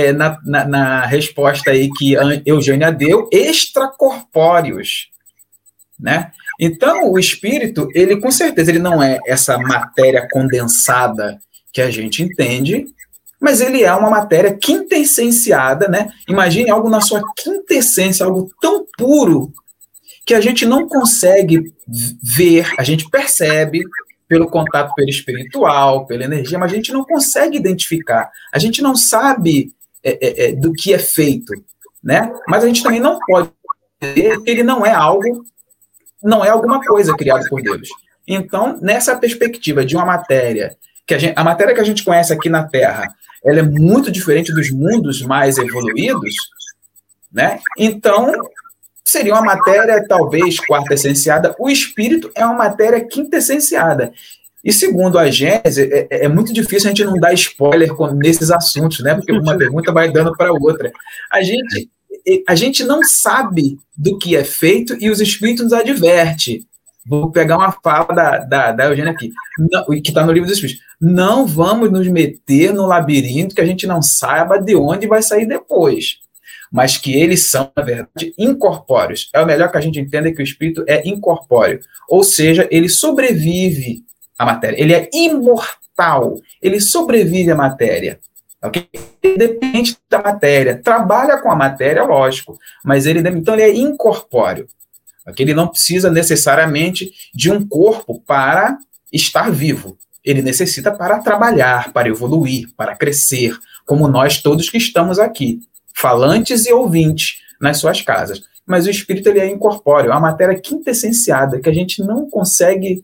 na resposta aí que a Eugênia deu, extracorpóreos, né? Então, o espírito, ele com certeza ele não é essa matéria condensada que a gente entende, mas ele é uma matéria quintessenciada, né? Imagine algo na sua quintessência, algo tão puro que a gente não consegue ver, a gente percebe pelo contato espiritual, pela energia, mas a gente não consegue identificar, a gente não sabe do que é feito, né? Mas a gente também não pode dizer que ele não é alguma coisa criada por Deus. Então, nessa perspectiva de uma matéria, a matéria que a gente conhece aqui na Terra, ela é muito diferente dos mundos mais evoluídos, né? Então, seria uma matéria talvez quarta-essenciada. O espírito é uma matéria quinta-essenciada. E segundo a Gênese, é muito difícil a gente não dar spoiler nesses assuntos, né? Porque uma pergunta vai dando para outra. A gente não sabe do que é feito e os espíritos nos advertem. Vou pegar uma fala da Eugênia aqui, que está no Livro dos Espíritos. Não vamos nos meter no labirinto que a gente não saiba de onde vai sair depois. Mas que eles são, na verdade, incorpóreos. É o melhor que a gente entenda, que o espírito é incorpóreo. Ou seja, ele sobrevive à matéria. Ele é imortal. Ele sobrevive à matéria. Okay? Ele depende da matéria. Trabalha com a matéria, lógico. Mas então ele é incorpóreo. Okay? Ele não precisa necessariamente de um corpo para estar vivo. Ele necessita para trabalhar, para evoluir, para crescer, como nós todos que estamos aqui, falantes e ouvintes nas suas casas. Mas o espírito ele é incorpóreo, é uma matéria quintessenciada que a gente não consegue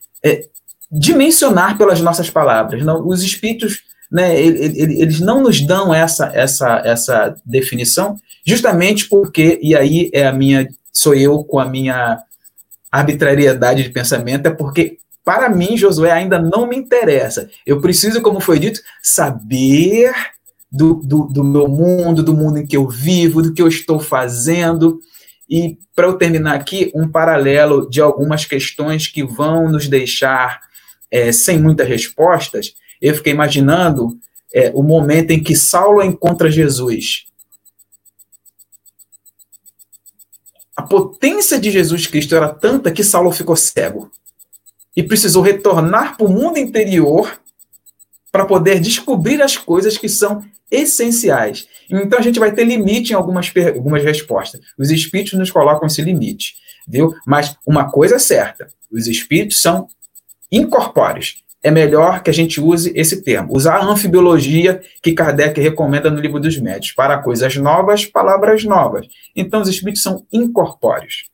dimensionar pelas nossas palavras. Não, os espíritos, né, eles não nos dão essa definição, justamente porque, e aí sou eu com a minha arbitrariedade de pensamento, é porque para mim, Josué, ainda não me interessa. Eu preciso, como foi dito, saber do meu mundo, do mundo em que eu vivo, do que eu estou fazendo. E, para eu terminar aqui, um paralelo de algumas questões que vão nos deixar sem muitas respostas. Eu fiquei imaginando o momento em que Saulo encontra Jesus. A potência de Jesus Cristo era tanta que Saulo ficou cego e precisou retornar para o mundo interior para poder descobrir as coisas que são essenciais. Então, a gente vai ter limite em algumas respostas. Os espíritos nos colocam esse limite, viu? Mas uma coisa é certa, os espíritos são incorpóreos. É melhor que a gente use esse termo. Usar a anfibiologia que Kardec recomenda no Livro dos Médiuns. Para coisas novas, palavras novas. Então, os espíritos são incorpóreos.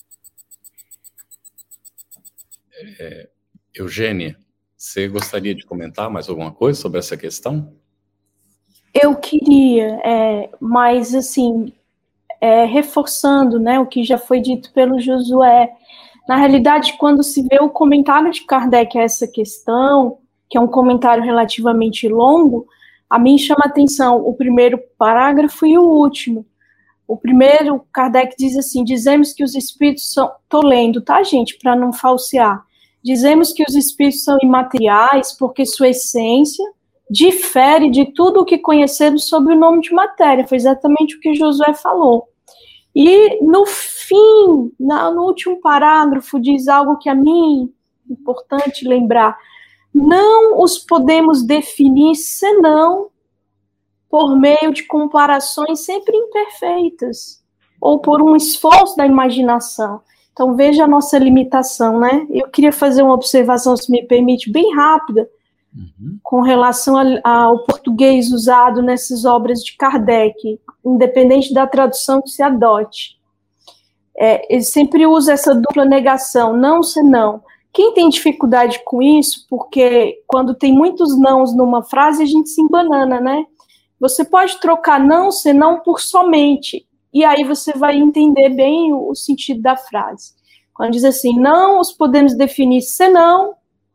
Eugênia, você gostaria de comentar mais alguma coisa sobre essa questão?
Eu queria, mas assim, reforçando, né, o que já foi dito pelo Josué. Na realidade, quando se vê o comentário de Kardec a essa questão, que é um comentário relativamente longo, a mim chama a atenção o primeiro parágrafo e o último. O primeiro, Kardec diz assim: dizemos que os espíritos são... Estou lendo, tá, gente, para não falsear. Dizemos que os espíritos são imateriais porque sua essência difere de tudo o que conhecemos sob o nome de matéria. Foi exatamente o que Josué falou. E no fim, no último parágrafo, diz algo que a mim é importante lembrar. Não os podemos definir senão por meio de comparações sempre imperfeitas, ou por um esforço da imaginação. Então, veja a nossa limitação, né? Eu queria fazer uma observação, se me permite, bem rápida, com relação ao português usado nessas obras de Kardec, independente da tradução que se adote. Ele sempre usa essa dupla negação, não senão. Quem tem dificuldade com isso, porque quando tem muitos nãos numa frase, a gente se embanana, né? Você pode trocar não senão por somente, e aí você vai entender bem o sentido da frase. Quando diz assim, não os podemos definir senão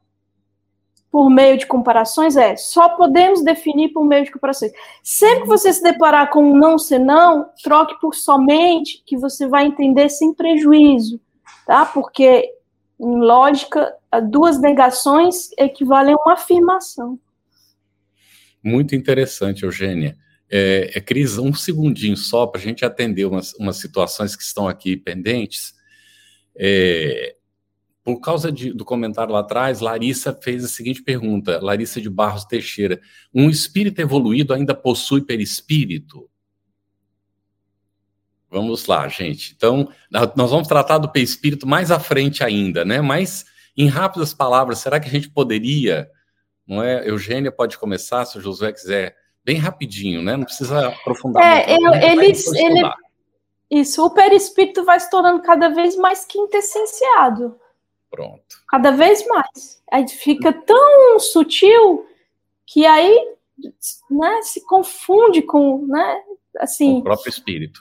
por meio de comparações, só podemos definir por meio de comparações. Sempre que você se deparar com um não senão, troque por somente, que você vai entender sem prejuízo, tá? Porque, em lógica, duas negações equivalem a uma afirmação.
Muito interessante, Eugênia. Cris, um segundinho só para a gente atender umas situações que estão aqui pendentes. Por causa do comentário lá atrás, Larissa fez a seguinte pergunta, Larissa de Barros Teixeira: um espírito evoluído ainda possui perispírito? Vamos lá, gente. Então, nós vamos tratar do perispírito mais à frente ainda, né? Mas, em rápidas palavras, será que a gente poderia, não é? Eugênia pode começar, se o Josué quiser, bem rapidinho, né? Não precisa aprofundar muito.
Isso, o perispírito vai se tornando cada vez mais quintessenciado.
Pronto.
Cada vez mais. Aí fica tão sutil que aí, né, se confunde com, né, assim...
Com o próprio espírito.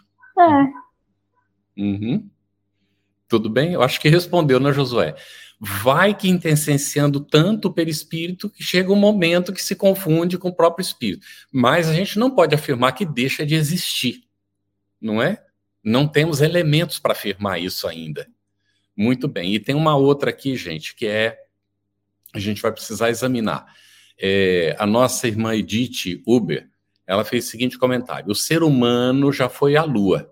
Uhum.
Tudo bem? Eu acho que respondeu, né, Josué? Vai quintessenciando tanto o perispírito que chega um momento que se confunde com o próprio espírito. Mas a gente não pode afirmar que deixa de existir, não é? Não temos elementos para afirmar isso ainda. Muito bem. E tem uma outra aqui, gente, que a gente vai precisar examinar. A nossa irmã Edith Uber, ela fez o seguinte comentário: o ser humano já foi à Lua,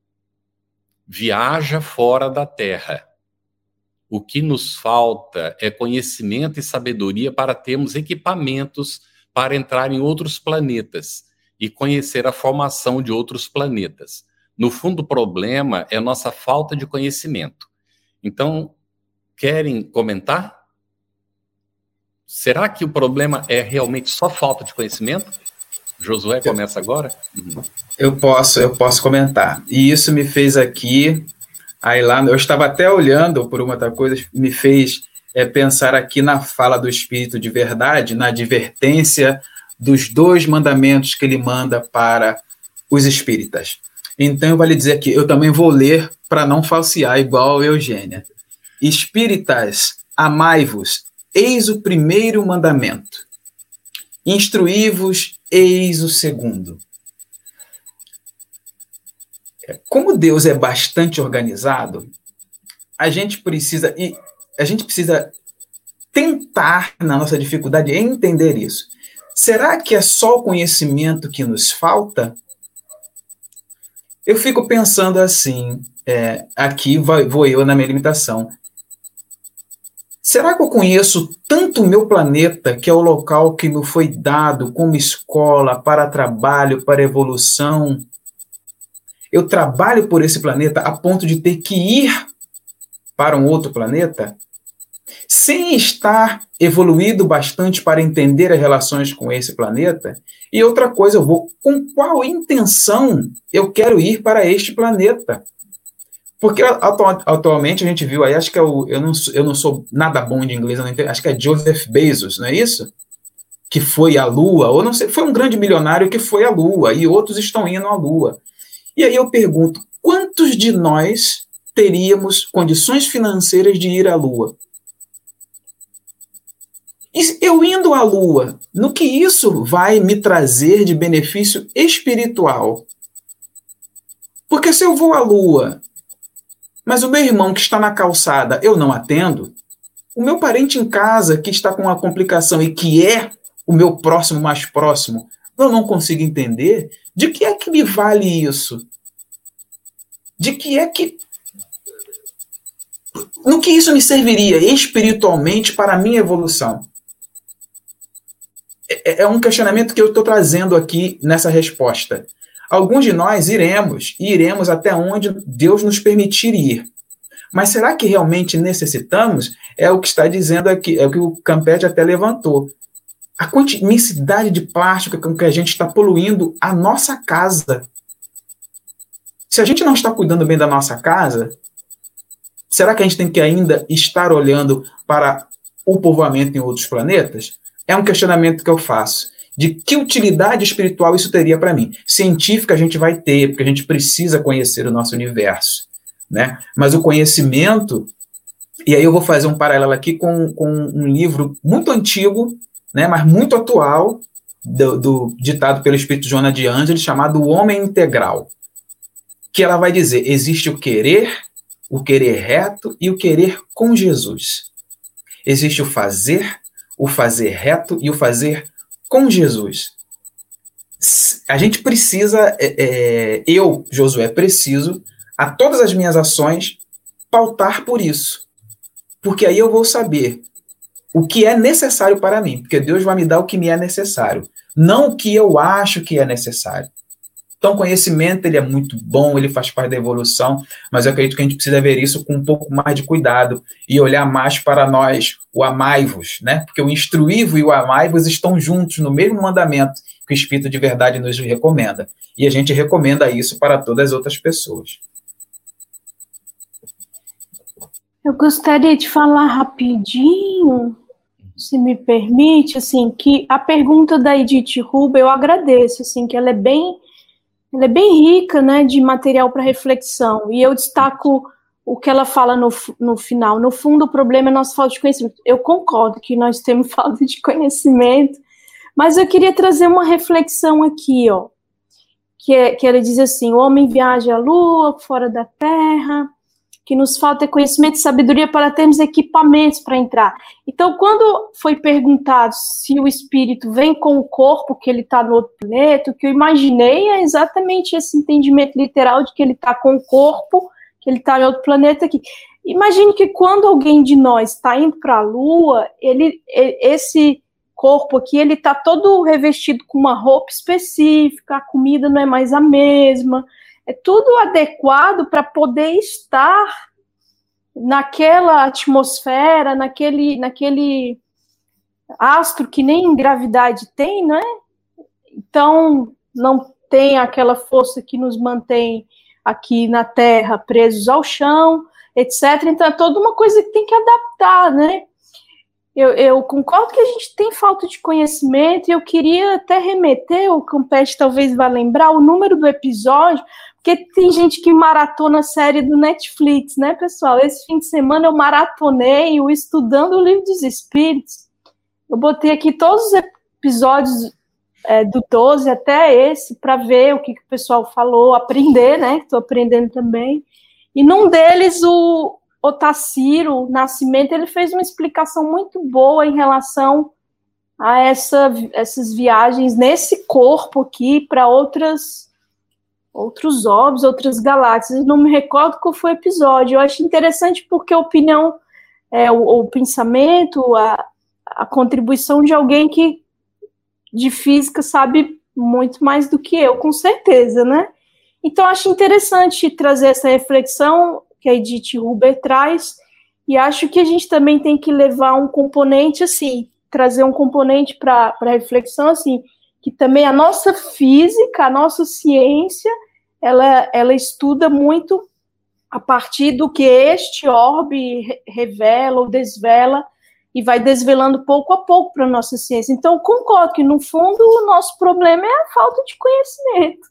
viaja fora da Terra. O que nos falta é conhecimento e sabedoria para termos equipamentos para entrar em outros planetas e conhecer a formação de outros planetas. No fundo, o problema é nossa falta de conhecimento. Então, querem comentar? Será que o problema é realmente só falta de conhecimento? Josué, começa agora?
Eu posso comentar. E isso me fez aqui, aí lá, eu estava até olhando por uma outra coisa, me fez pensar aqui na fala do Espírito de Verdade, na advertência dos 2 mandamentos que ele manda para os espíritas. Então, eu vou lhe dizer aqui, eu também vou ler para não falsear, igual a Eugênia. Espíritas, amai-vos, eis o primeiro mandamento. Instruí-vos, eis o segundo. Como Deus é bastante organizado, a gente precisa tentar, na nossa dificuldade, entender isso. Será que é só o conhecimento que nos falta? Eu fico pensando assim, aqui vou eu na minha limitação. Será que eu conheço tanto o meu planeta, que é o local que me foi dado como escola, para trabalho, para evolução? Eu trabalho por esse planeta a ponto de ter que ir para um outro planeta, sem estar evoluído bastante para entender as relações com esse planeta? E outra coisa, com qual intenção eu quero ir para este planeta? Porque atualmente a gente viu aí, acho que eu não sou nada bom de inglês, eu não entendo, acho que é Joseph Bezos, não é isso? Que foi à Lua, ou não sei, foi um grande milionário que foi à Lua, e outros estão indo à Lua. E aí eu pergunto, quantos de nós teríamos condições financeiras de ir à Lua? E eu indo à Lua, no que isso vai me trazer de benefício espiritual? Porque se eu vou à Lua, mas o meu irmão que está na calçada eu não atendo, o meu parente em casa que está com uma complicação e que é o meu próximo mais próximo, eu não consigo entender, de que é que me vale isso? De que é que... No que isso me serviria espiritualmente para a minha evolução? É um questionamento que eu estou trazendo aqui nessa resposta. Alguns de nós iremos até onde Deus nos permitir ir. Mas será que realmente necessitamos? É o que está dizendo aqui, é o que o Campetti até levantou. A quantidade de plástico com que a gente está poluindo a nossa casa. Se a gente não está cuidando bem da nossa casa, será que a gente tem que ainda estar olhando para o povoamento em outros planetas? É um questionamento que eu faço. De que utilidade espiritual isso teria para mim? Científica a gente vai ter, porque a gente precisa conhecer o nosso universo, né? Mas o conhecimento, e aí eu vou fazer um paralelo aqui com um livro muito antigo, né, mas muito atual, ditado pelo espírito Joana de Ângeles, chamado O Homem Integral, que ela vai dizer, existe o querer reto e o querer com Jesus. Existe o fazer reto e o fazer com Jesus. A gente precisa, eu, Josué, preciso, a todas as minhas ações, pautar por isso. Porque aí eu vou saber o que é necessário para mim, porque Deus vai me dar o que me é necessário, não o que eu acho que é necessário. Então, o conhecimento ele é muito bom, ele faz parte da evolução, mas eu acredito que a gente precisa ver isso com um pouco mais de cuidado e olhar mais para nós, o amai-vos, né? Porque o instruí-vos e o amai-vos estão juntos no mesmo mandamento que o Espírito de Verdade nos recomenda. E a gente recomenda isso para todas as outras pessoas.
Eu gostaria de falar rapidinho, se me permite, assim, que a pergunta da Edith Ruba, eu agradeço, assim, que ela é bem rica, né, de material para reflexão, e eu destaco o que ela fala no final. No fundo, o problema é nossa falta de conhecimento. Eu concordo que nós temos falta de conhecimento, mas eu queria trazer uma reflexão aqui, ó, que ela diz assim, o homem viaja à lua, fora da terra, que nos falta conhecimento e sabedoria para termos equipamentos para entrar. Então, quando foi perguntado se o espírito vem com o corpo, que ele está no outro planeta, o que eu imaginei é exatamente esse entendimento literal de que ele está com o corpo, que ele está em outro planeta aqui. Imagine que quando alguém de nós está indo para a Lua, esse corpo aqui, ele está todo revestido com uma roupa específica, a comida não é mais a mesma, é tudo adequado para poder estar naquela atmosfera, naquele astro que nem gravidade tem, né? Então, não tem aquela força que nos mantém aqui na Terra presos ao chão, etc. Então, é toda uma coisa que tem que adaptar, né? Eu concordo que a gente tem falta de conhecimento e eu queria até remeter, o Campetti talvez vá lembrar, o número do episódio, porque tem gente que maratona a série do Netflix, né, pessoal? Esse fim de semana eu maratonei o Estudando o Livro dos Espíritos. Eu botei aqui todos os episódios do 12 até esse, para ver o que o pessoal falou, aprender, né? Estou aprendendo também. E num deles, o Otacílio Nascimento, ele fez uma explicação muito boa em relação a essas viagens nesse corpo aqui para outros orbes, outras galáxias. Eu não me recordo qual foi o episódio. Eu acho interessante porque a opinião o pensamento, a contribuição de alguém que de física sabe muito mais do que eu, com certeza, né? Então, acho interessante trazer essa reflexão que a Edith Huber traz, e acho que a gente também tem que levar um componente, assim, trazer um componente para a reflexão, assim, que também a nossa física, a nossa ciência, ela estuda muito a partir do que este orbe revela ou desvela, e vai desvelando pouco a pouco para a nossa ciência. Então, concordo que, no fundo, o nosso problema é a falta de conhecimento.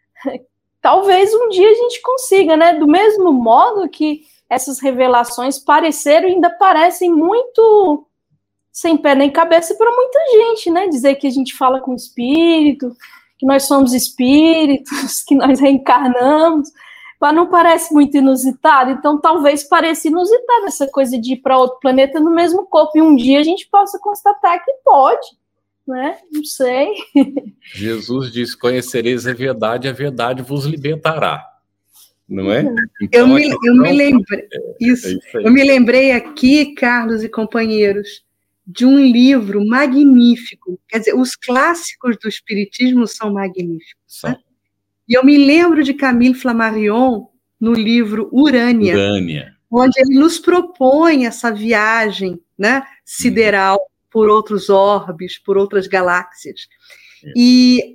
Talvez um dia a gente consiga, né? Do mesmo modo que essas revelações ainda parecem muito sem pé nem cabeça para muita gente, né? Dizer que a gente fala com o espírito, que nós somos espíritos, que nós reencarnamos, mas não parece muito inusitado. Então, talvez pareça inusitado essa coisa de ir para outro planeta no mesmo corpo, e um dia a gente possa constatar que pode, né? Não sei.
Jesus disse: conhecereis a verdade vos libertará. Não é?
Então, eu me lembrei, eu me lembrei aqui, Carlos e companheiros, de um livro magnífico. Quer dizer, os clássicos do Espiritismo são magníficos. Né? E eu me lembro de Camille Flammarion no livro Urânia, onde ele nos propõe essa viagem, né, sideral por outros orbes, por outras galáxias. E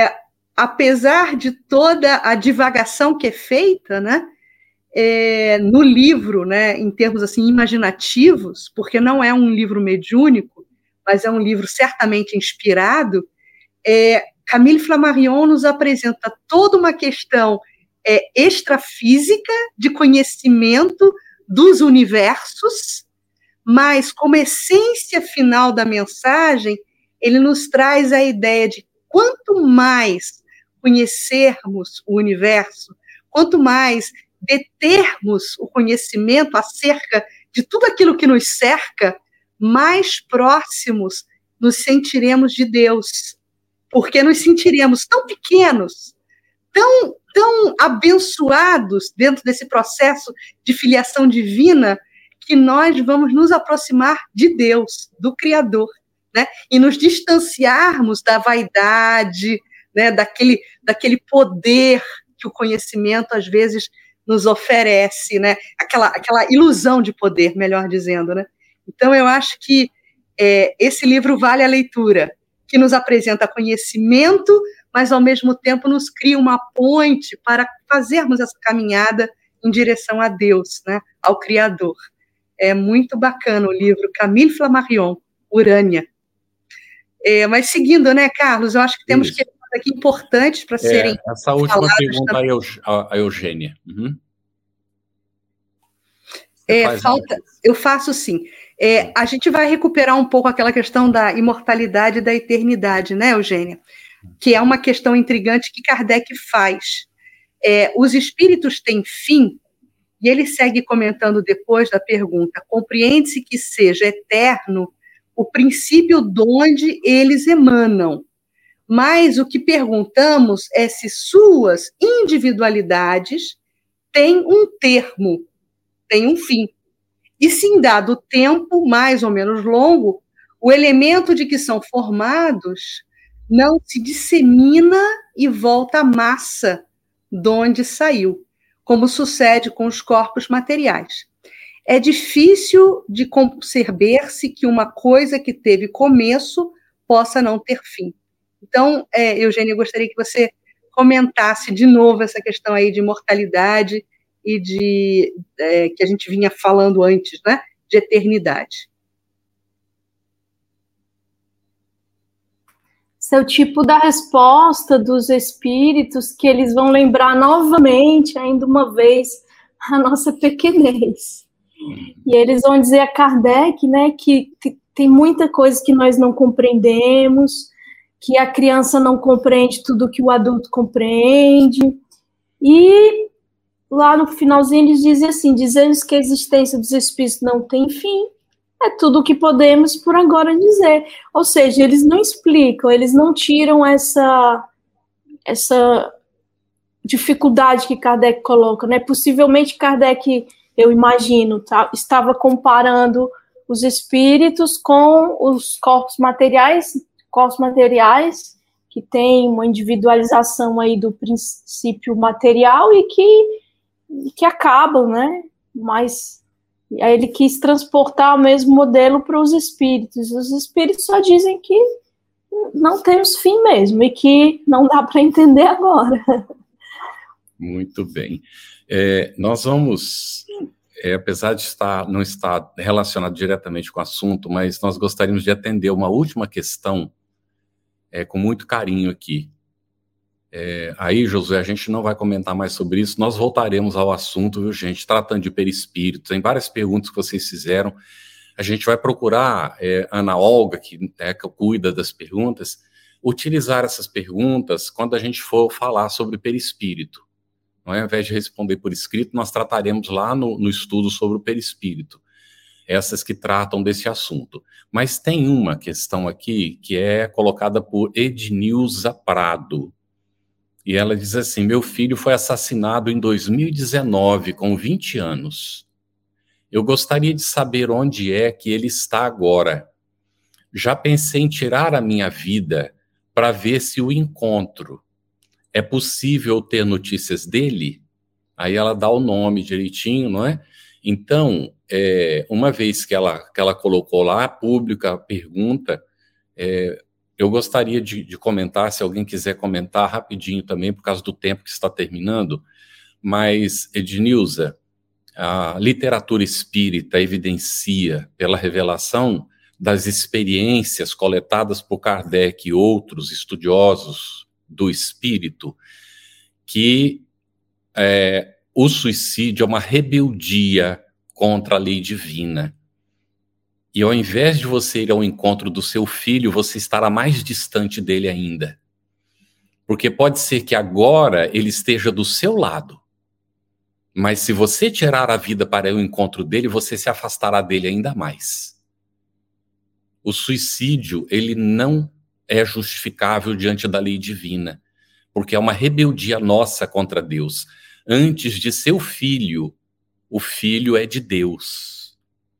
apesar de toda a divagação que é feita, né, no livro, né, em termos assim, imaginativos, porque não é um livro mediúnico, mas é um livro certamente inspirado, Camille Flammarion nos apresenta toda uma questão extrafísica de conhecimento dos universos, mas como essência final da mensagem, ele nos traz a ideia de quanto mais conhecermos o universo, quanto mais determos o conhecimento acerca de tudo aquilo que nos cerca, mais próximos nos sentiremos de Deus, porque nos sentiremos tão pequenos, tão abençoados dentro desse processo de filiação divina, que nós vamos nos aproximar de Deus, do Criador, né? E nos distanciarmos da vaidade, né? daquele poder que o conhecimento, às vezes, nos oferece, né? Aquela ilusão de poder, melhor dizendo, né? Então, eu acho que esse livro vale a leitura, que nos apresenta conhecimento, mas, ao mesmo tempo, nos cria uma ponte para fazermos essa caminhada em direção a Deus, né? Ao Criador. É muito bacana o livro Camille Flammarion, Urânia. Mas seguindo, né, Carlos, eu acho que temos questões aqui importantes para serem
essa última pergunta a Eugênia. Uhum.
Eu faço sim. A gente vai recuperar um pouco aquela questão da imortalidade e da eternidade, né, Eugênia? Que é uma questão intrigante que Kardec faz. Os espíritos têm fim, e ele segue comentando depois da pergunta: compreende-se que seja eterno o princípio de onde eles emanam. Mas o que perguntamos é se suas individualidades têm um termo, têm um fim. E se em dado tempo, mais ou menos longo, o elemento de que são formados não se dissemina e volta à massa de onde saiu, como sucede com os corpos materiais. É difícil de conceber-se que uma coisa que teve começo possa não ter fim. Então, Eugênia, eu gostaria que você comentasse de novo essa questão aí de imortalidade e que a gente vinha falando antes, né, de eternidade.
Esse é o tipo da resposta dos espíritos que eles vão lembrar novamente, ainda uma vez, a nossa pequenez. E eles vão dizer a Kardec, né, que tem muita coisa que nós não compreendemos, que a criança não compreende tudo que o adulto compreende. E lá no finalzinho eles dizem assim: dizemos que a existência dos espíritos não tem fim, é tudo o que podemos por agora dizer. Ou seja, eles não explicam, eles não tiram essa dificuldade que Kardec coloca, né? Possivelmente Kardec eu imagino, tá? Estava comparando os espíritos com os corpos materiais que tem uma individualização aí do princípio material e que acabam, né? Mas aí ele quis transportar o mesmo modelo para os espíritos. Os espíritos só dizem que não temos fim mesmo e que não dá para entender agora.
Muito bem. Nós vamos, apesar de não estar relacionado diretamente com o assunto, mas nós gostaríamos de atender uma última questão com muito carinho aqui. Aí, Josué, a gente não vai comentar mais sobre isso, nós voltaremos ao assunto, viu, gente? Tratando de perispírito, tem várias perguntas que vocês fizeram. A gente vai procurar, Ana Olga, que cuida das perguntas, utilizar essas perguntas quando a gente for falar sobre perispírito. Ao invés de responder por escrito, nós trataremos lá no estudo sobre o perispírito, essas que tratam desse assunto. Mas tem uma questão aqui que é colocada por Ednilza Prado. E ela diz assim: meu filho foi assassinado em 2019, com 20 anos. Eu gostaria de saber onde é que ele está agora. Já pensei em tirar a minha vida para ver se o encontro. É possível ter notícias dele? Aí ela dá o nome direitinho, não é? Então, uma vez que ela colocou lá, pública a pergunta, eu gostaria de comentar, se alguém quiser comentar rapidinho também, por causa do tempo que está terminando, mas, Ednilza, a literatura espírita evidencia, pela revelação das experiências coletadas por Kardec e outros estudiosos do espírito, que o suicídio é uma rebeldia contra a lei divina. E ao invés de você ir ao encontro do seu filho, você estará mais distante dele ainda. Porque pode ser que agora ele esteja do seu lado, mas se você tirar a vida para o encontro dele, você se afastará dele ainda mais. O suicídio, ele não é justificável diante da lei divina, porque é uma rebeldia nossa contra Deus. Antes de ser o filho é de Deus.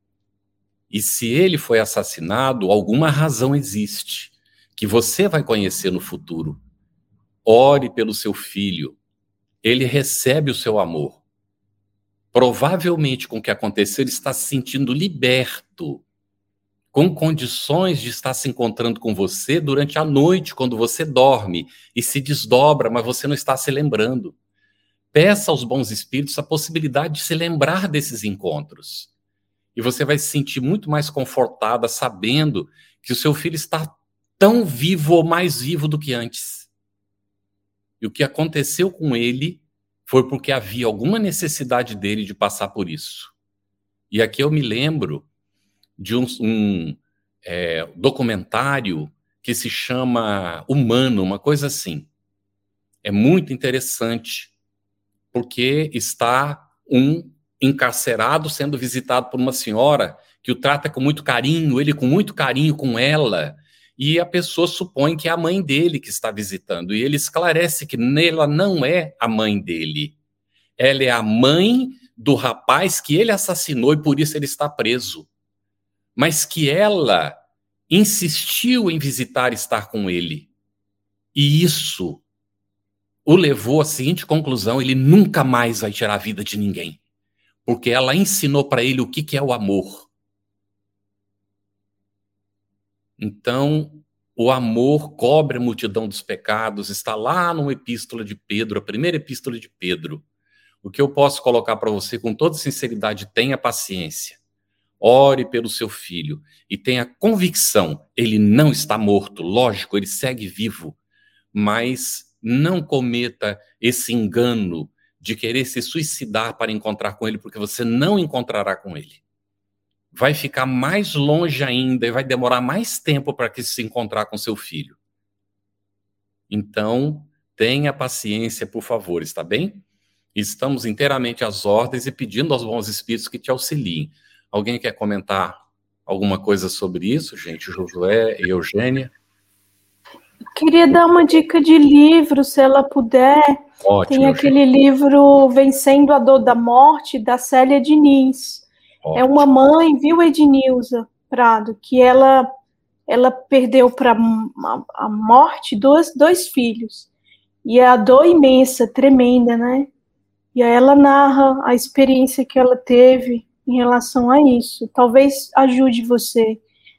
E se ele foi assassinado, alguma razão existe, que você vai conhecer no futuro. Ore pelo seu filho, ele recebe o seu amor. Provavelmente, com o que aconteceu, ele está se sentindo liberto, com condições de estar se encontrando com você durante a noite, quando você dorme e se desdobra, mas você não está se lembrando. Peça aos bons espíritos a possibilidade de se lembrar desses encontros. E você vai se sentir muito mais confortada sabendo que o seu filho está tão vivo ou mais vivo do que antes. E o que aconteceu com ele foi porque havia alguma necessidade dele de passar por isso. E aqui eu me lembro de um documentário que se chama Humano, uma coisa assim. É muito interessante, porque está um encarcerado sendo visitado por uma senhora que o trata com muito carinho, ele com muito carinho com ela, e a pessoa supõe que é a mãe dele que está visitando, e ele esclarece que ela não é a mãe dele, ela é a mãe do rapaz que ele assassinou e por isso ele está preso, mas que ela insistiu em visitar e estar com ele, e isso o levou à seguinte conclusão: ele nunca mais vai tirar a vida de ninguém, porque ela ensinou para ele o que é o amor. Então, o amor cobre a multidão dos pecados, está lá numa epístola de Pedro, a primeira epístola de Pedro. O que eu posso colocar para você com toda sinceridade: tenha paciência, ore pelo seu filho e tenha convicção, ele não está morto, lógico, ele segue vivo, mas não cometa esse engano de querer se suicidar para encontrar com ele, porque você não encontrará com ele. Vai ficar mais longe ainda e vai demorar mais tempo para que se encontrar com seu filho. Então, tenha paciência, por favor, está bem? Estamos inteiramente às ordens e pedindo aos bons espíritos que te auxiliem. Alguém quer comentar alguma coisa sobre isso, gente? Josué e Eugênia?
Queria dar uma dica de livro, se ela puder.
Ótimo.
Tem aquele livro Vencendo a Dor da Morte, da Célia Diniz.
Ótimo.
É uma mãe, viu, Ednilza Prado, que ela perdeu para a morte dois filhos. E é a dor imensa, tremenda, né? E aí ela narra a experiência que ela teve em relação a isso. Talvez ajude você.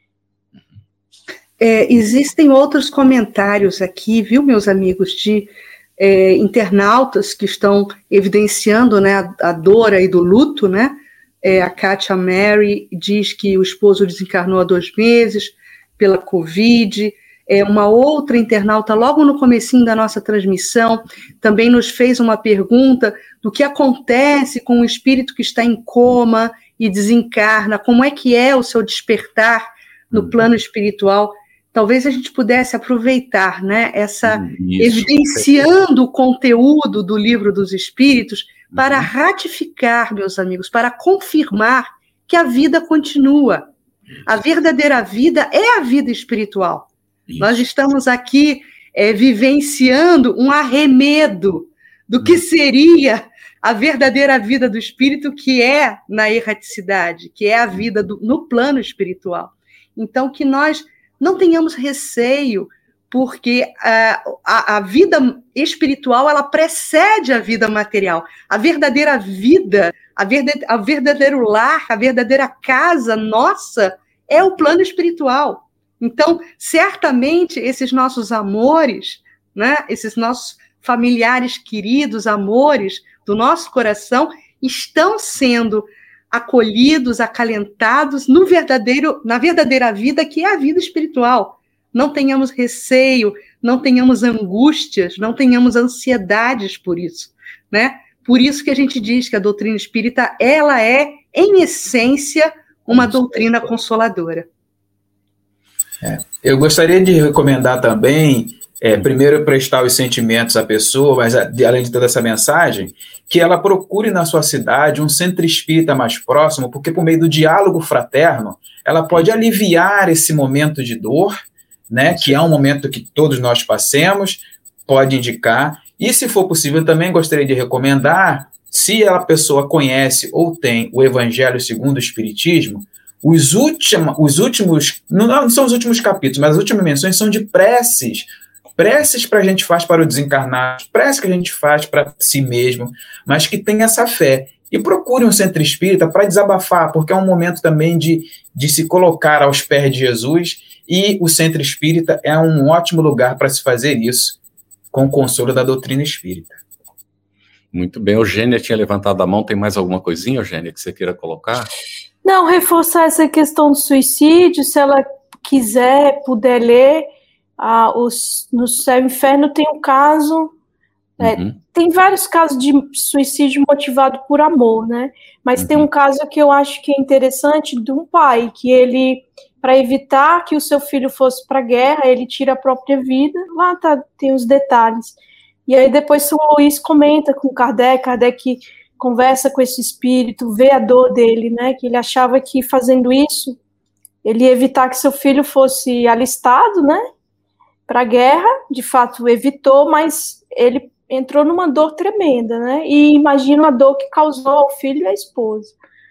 Existem outros comentários aqui, viu, meus amigos, de internautas que estão evidenciando, né, a dor aí do luto, né? A Katia Mary diz que o esposo desencarnou há 2 meses pela Covid. Uma outra internauta, logo no comecinho da nossa transmissão, também nos fez uma pergunta do que acontece com o espírito que está em coma e desencarna, como é que é o seu despertar no plano espiritual. Talvez a gente pudesse aproveitar, né, evidenciando o conteúdo do Livro dos Espíritos para ratificar, meus amigos, para confirmar que a vida continua. A verdadeira vida é a vida espiritual. Isso. Nós estamos aqui vivenciando um arremedo do que seria a verdadeira vida do espírito, que é na erraticidade, que é a vida no plano espiritual. Então, que nós não tenhamos receio, porque a vida espiritual, ela precede a vida material. A verdadeira vida, a verdadeiro lar, a verdadeira casa nossa é o plano espiritual. Então, certamente, esses nossos amores, né, esses nossos familiares queridos, amores do nosso coração, estão sendo acolhidos, acalentados na verdadeira vida, que é a vida espiritual. Não tenhamos receio, não tenhamos angústias, não tenhamos ansiedades por isso, né? Por isso que a gente diz que a doutrina espírita, ela é, em essência, uma doutrina consoladora.
Eu gostaria de recomendar também, primeiro prestar os sentimentos à pessoa, mas além de toda essa mensagem, que ela procure na sua cidade um centro espírita mais próximo, porque por meio do diálogo fraterno, ela pode aliviar esse momento de dor, né, que é um momento que todos nós passemos, pode indicar, e se for possível também gostaria de recomendar, se a pessoa conhece ou tem o Evangelho segundo o Espiritismo, os últimos, não são os últimos capítulos, mas as últimas menções são de preces para a gente faz para o desencarnado, preces que a gente faz para si mesmo, mas que tem essa fé. E procure um centro espírita para desabafar, porque é um momento também de se colocar aos pés de Jesus, e o centro espírita é um ótimo lugar para se fazer isso, com o consolo da doutrina espírita.
Muito bem. Eugênia tinha levantado a mão. Tem mais alguma coisinha, Eugênia, que você queira colocar?
Não, reforçar essa questão do suicídio, se ela quiser, puder ler, no Céu e Inferno tem um caso, tem vários casos de suicídio motivado por amor, né? Mas tem um caso que eu acho que é interessante, de um pai, que ele, para evitar que o seu filho fosse para a guerra, ele tira a própria vida, lá tem os detalhes. E aí depois São Luís comenta com Kardec conversa com esse espírito, vê a dor dele, né, que ele achava que fazendo isso, ele ia evitar que seu filho fosse alistado, né, para a guerra, de fato evitou, mas ele entrou numa dor tremenda, né, e imagina a dor que causou ao filho e à esposa.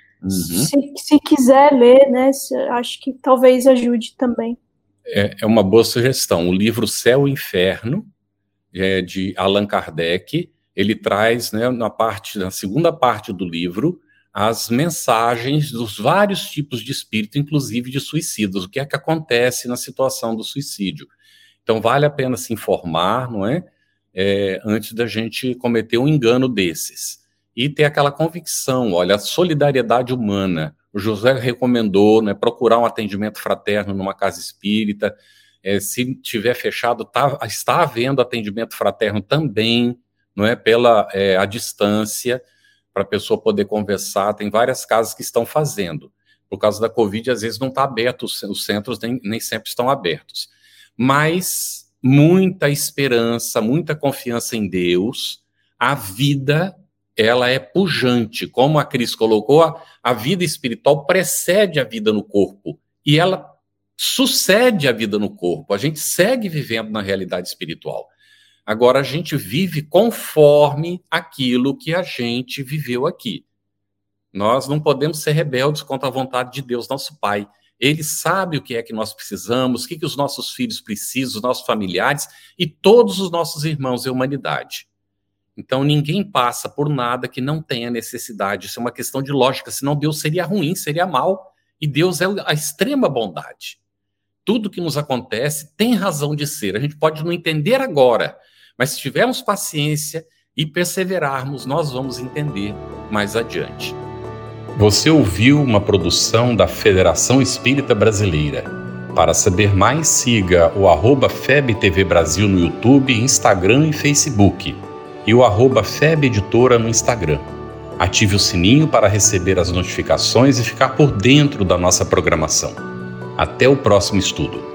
Se quiser ler, né, acho que talvez ajude também.
É uma boa sugestão. O livro Céu e Inferno, de Allan Kardec, ele traz, né, na segunda parte do livro, as mensagens dos vários tipos de espírito, inclusive de suicidas, o que é que acontece na situação do suicídio. Então, vale a pena se informar, não é? Antes da gente cometer um engano desses. E ter aquela convicção, olha, a solidariedade humana. O José recomendou, né, procurar um atendimento fraterno numa casa espírita. Se tiver fechado, está havendo atendimento fraterno também, não é, a distância, para a pessoa poder conversar. Tem várias casas que estão fazendo. Por causa da Covid, às vezes não está aberto, os centros nem sempre estão abertos. Mas muita esperança, muita confiança em Deus. A vida, ela é pujante. Como a Cris colocou, a vida espiritual precede a vida no corpo. E ela sucede a vida no corpo, a gente segue vivendo na realidade espiritual. Agora, a gente vive conforme aquilo que a gente viveu aqui. Nós não podemos ser rebeldes contra a vontade de Deus, nosso Pai. Ele sabe o que é que nós precisamos, o que os nossos filhos precisam, os nossos familiares e todos os nossos irmãos e a humanidade. Então, ninguém passa por nada que não tenha necessidade. Isso é uma questão de lógica, senão Deus seria ruim, seria mal. E Deus é a extrema bondade. Tudo que nos acontece tem razão de ser. A gente pode não entender agora, mas se tivermos paciência e perseverarmos, nós vamos entender mais adiante. Você ouviu uma produção da Federação Espírita Brasileira. Para saber mais, siga o @FebTV Brasil no YouTube, Instagram e Facebook. E o @FebEditora no Instagram. Ative o sininho para receber as notificações e ficar por dentro da nossa programação. Até o próximo estudo.